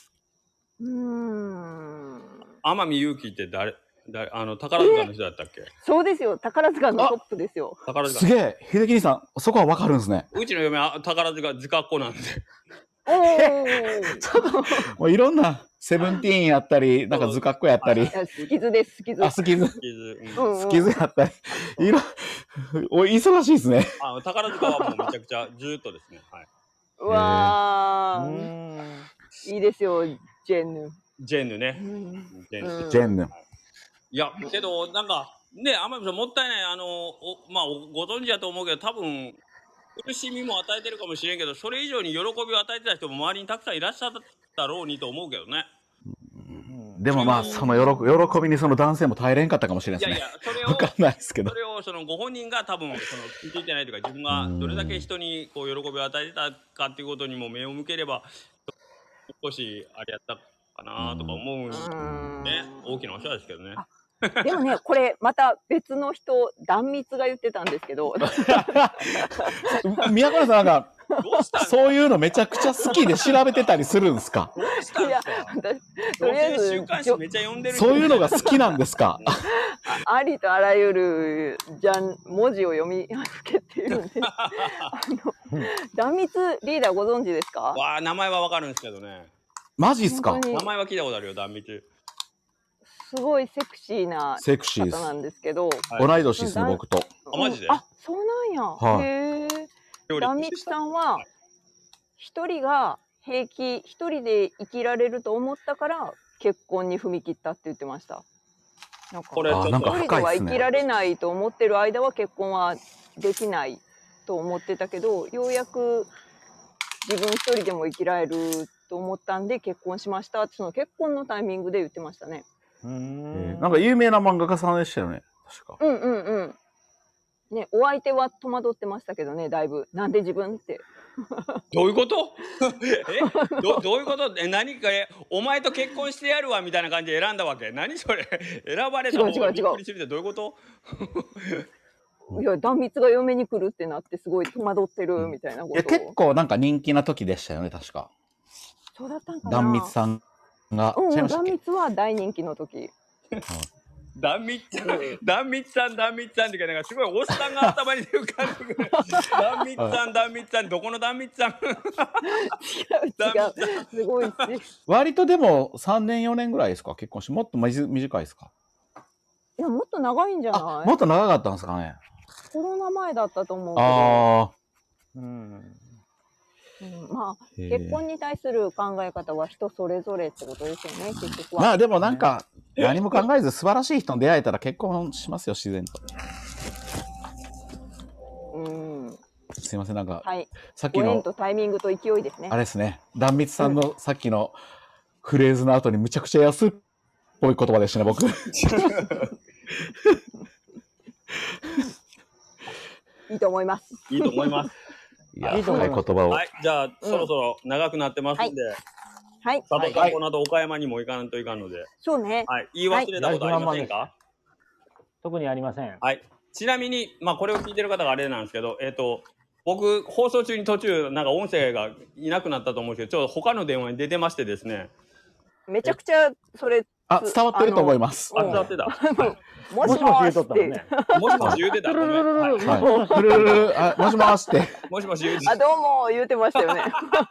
S1: 天海祐希って宝塚の人だったっけ？
S5: そうですよ、宝塚のトップですよ。
S2: すげえ、秀樹兄さん、そこはわかるんですね。
S1: うちの嫁は宝塚塚っ子なんで。
S2: もういろんなセブンティーンやったり、なんか図格好やったり。
S5: スキズです、スキズ。
S2: スキズ。スキズやったり。忙しいですね。
S1: 宝塚はもうめちゃくちゃずっとですね。はい。
S5: うわー、いいですよ、ジェンヌ。
S1: ジェンヌね。
S2: ジェンヌ。
S1: いや、けど、なんか、ね、天海さんもったいない、まあ、ご存知だと思うけど、多分、苦しみも与えてるかもしれんけど、それ以上に喜びを与えてた人も周りにたくさんいらっしゃったろうにと思うけどね。
S2: でもまあ、その喜びにその男性も耐えれんかったかもしれないですね。いやいや、それを、わかんないですけど。
S1: それをそのご本人が多分、聞いていてないというか、自分がどれだけ人にこう喜びを与えてたかっていうことにも目を向ければ、少しあれやったかなとか思うんね。大きなお世話ですけどね。
S5: でもね、これまた別の人、壇蜜が言ってたんですけど。
S2: 宮川さんがそういうのめちゃくちゃ好きで調べてたりするんですか？
S5: いや、とりあえず
S2: そういうのが好きなんですか？
S5: ありとあらゆる文字を読み分けているんで。壇蜜リーダーご存知ですか？
S1: わあ、名前はわかるんですけどね。
S2: マジっすか？
S1: 名前は聞いたことあるよ、壇蜜。
S5: すごいセクシーな方なんですけど、
S2: 同い年ですね、僕と。
S1: マジで？
S5: あ、そうなんや。へえ。壇蜜さんは一人が一人で生きられると思ったから結婚に踏み切ったって言ってました。なんか一人では生きられないと思ってる間は結婚はできないと思ってたけど、ようやく自分一人でも生きられると思ったんで結婚しましたって、その結婚のタイミングで言ってましたね。
S2: なんか有名な漫画家さんでしたよね、確か。
S5: ね、お相手は戸惑ってましたけどね、だいぶ。なんで自分って。
S1: どういうこと？どういうこと？何かお前と結婚してやるわみたいな感じで選んだわけ？何それ？選ばれた方がびっくりするってどういうこと？
S5: いや、壇蜜が嫁に来るってなってすごい戸惑ってるみたいなことを。
S2: 結構なんか人気な時でしたよね、確か。
S5: そうだったんかな。
S2: 壇蜜さんが。
S5: 壇蜜は大人気の時。
S1: 壇蜜さんっていうか、なんかすごいおっさんが頭に浮かんでくる。壇蜜さん、どこの壇蜜さん？違
S5: う、すごいし。
S2: 割とでも3年4年ぐらいですか、結婚して。もっと短いですか？
S5: いや、もっと長いんじゃない？
S2: もっと長かったんですかね。
S5: コロナ前だったと思うけど。まあ結婚に対する考え方は人それぞれってことですよね、結局は。
S2: まあでもなんか何も考えず素晴らしい人に出会えたら結婚しますよ、自然と。すいません、なんか、
S5: さっきのご縁とタイミングと勢いですね。
S2: あれですね、壇蜜さんのさっきのフレーズの後にむちゃくちゃ安っぽい言葉でしたね、僕。
S5: いいと思います。
S1: いいと思います。
S2: いや、深い言葉を。
S1: はい、じゃあ、そろそろ長くなってますんで。
S5: はい。
S1: 佐藤さん、この後岡山にも行かないといかんので。
S5: そうね。
S1: はい。言い忘れたことありませんか？
S3: 特にありません。
S1: はい。ちなみに、まあ、これを聞いてる方があれなんですけど、僕、放送中に途中、なんか音声がいなくなったと思うんですけど、ちょっと他の電話に出てましてですね。
S5: めちゃくちゃ、それ、
S2: あ、伝わってると思います。
S1: あ、伝わってた。
S5: もし
S3: もしもし言うと
S5: もしって
S3: ったもんね。
S1: もしもし言うてた。ごめんはい
S2: はい。ルルルルあ、もしもしって。
S1: もしもし言うて
S5: あ、どうも言うてましたよね。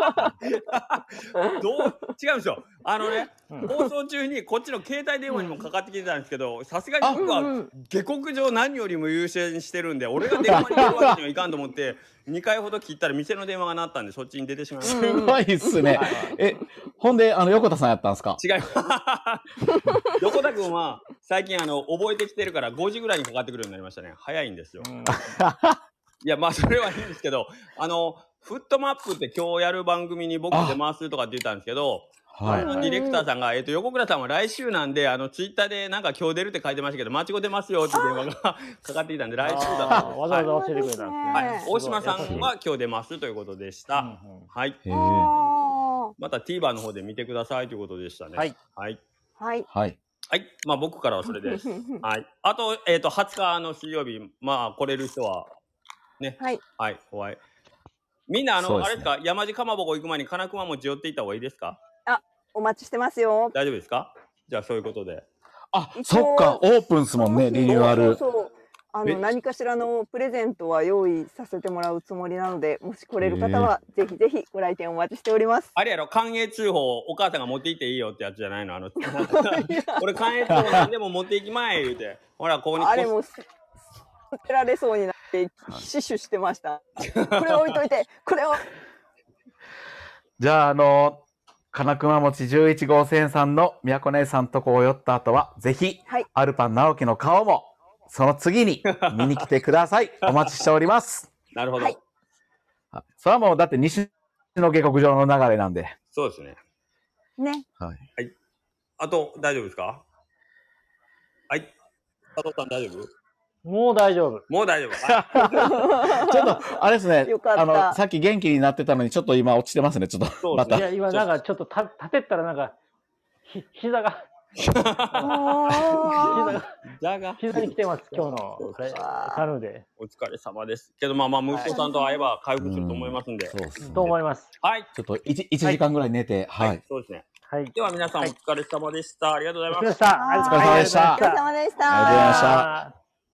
S1: どう違うんですよ。
S3: うん
S1: 放送中にこっちの携帯電話にもかかってきてたんですけど、さすがに僕は下克上何よりも優先してるんで、俺が電話に出るわけにはいかんと思って2回ほど切ったら店の電話が鳴ったんでそっちに出てしまいまし
S2: すごいっすね。ほんで、横田さんやったんですか？
S1: た。違います。横田君は最近覚えてきてるから5時ぐらいにかかってくるようになりましたね。早いんですよ。いやまあそれはいいんですけど、フットマップって今日やる番組に僕出ますとかって言ったんですけど、
S2: はい。
S1: ディレクターさんが、横倉さんは来週なんで、ツイッターでなんか今日出るって書いてましたけど、間違ってますよって電話がかかってきたんで、来週だったんです。
S3: わざわざ教えてくれたんですね。
S1: はい、大島さんは今日出ますということでした。はい。
S2: へー
S5: あ
S1: また TVer の方で見てくださいということでしたね。
S3: はい。
S1: はい。
S5: ーはい。
S2: はい。
S1: はい。まあ僕からはそれです。はい。あと、20日の水曜日、まあ来れる人は、ね。
S5: はい。
S1: はい。お会い。みんな、
S2: そうですね
S1: あれですか、山地かまぼこ行く前に金熊餅寄っていった方がいいですか？
S5: お待ちしてますよ。
S1: 大丈夫ですか？じゃあそういうことで。
S2: あ、
S5: 一応
S2: そっか、オープンっすもんね、リニューアル。
S5: そうそう
S1: え
S5: 何かしらのプレゼントは用意させてもらうつもりなので、もし来れる方はぜひぜひご来店お待ちしております。
S1: あれやろ、寛永通報お母さんが持って行っていいよってやつじゃないの？俺寛永通報何でも持って行きまえ言うて。ほら、ここに
S5: あれも捨てられそうになって死守してました。これ置いといて、これを。
S2: じゃあ、金熊餅11号線さんの宮古姉さんとこを寄った後は、ぜひ、
S5: はい
S2: アルパン直樹の顔も、その次に見に来てください。お待ちしております。
S1: なるほど、
S5: はい
S2: それはもう、だって西の下克上の流れなんで。
S1: そうですね。
S5: ね。
S2: はい。
S1: あと、大丈夫ですか？はい。佐藤さん大丈夫？
S3: もう大丈夫。
S1: もう大丈夫。は
S2: ちょっと、あれですね。
S5: よかった
S2: さっき元気になってたのに、ちょっと今落ちてますね。ちょっと、また
S1: そうですね。
S3: いや、今なんかちょっと立てったらなんか、膝が、
S5: あ
S3: 膝に来てます、今日の、あれ、カヌーで。
S1: お疲れ様です。けど、まあ、息子さんと会えば回復すると思いますんで。
S2: そうですね。
S3: と思います。
S1: はい。
S2: ちょっと1時間ぐらい寝て、はい。
S1: そうですね。
S3: はい。
S1: では、皆さんお疲れ様でした。ありがとうございます。
S3: お疲れ様でした。
S2: お疲れ様でした
S5: お疲れ様でした。
S2: ありがとうございました。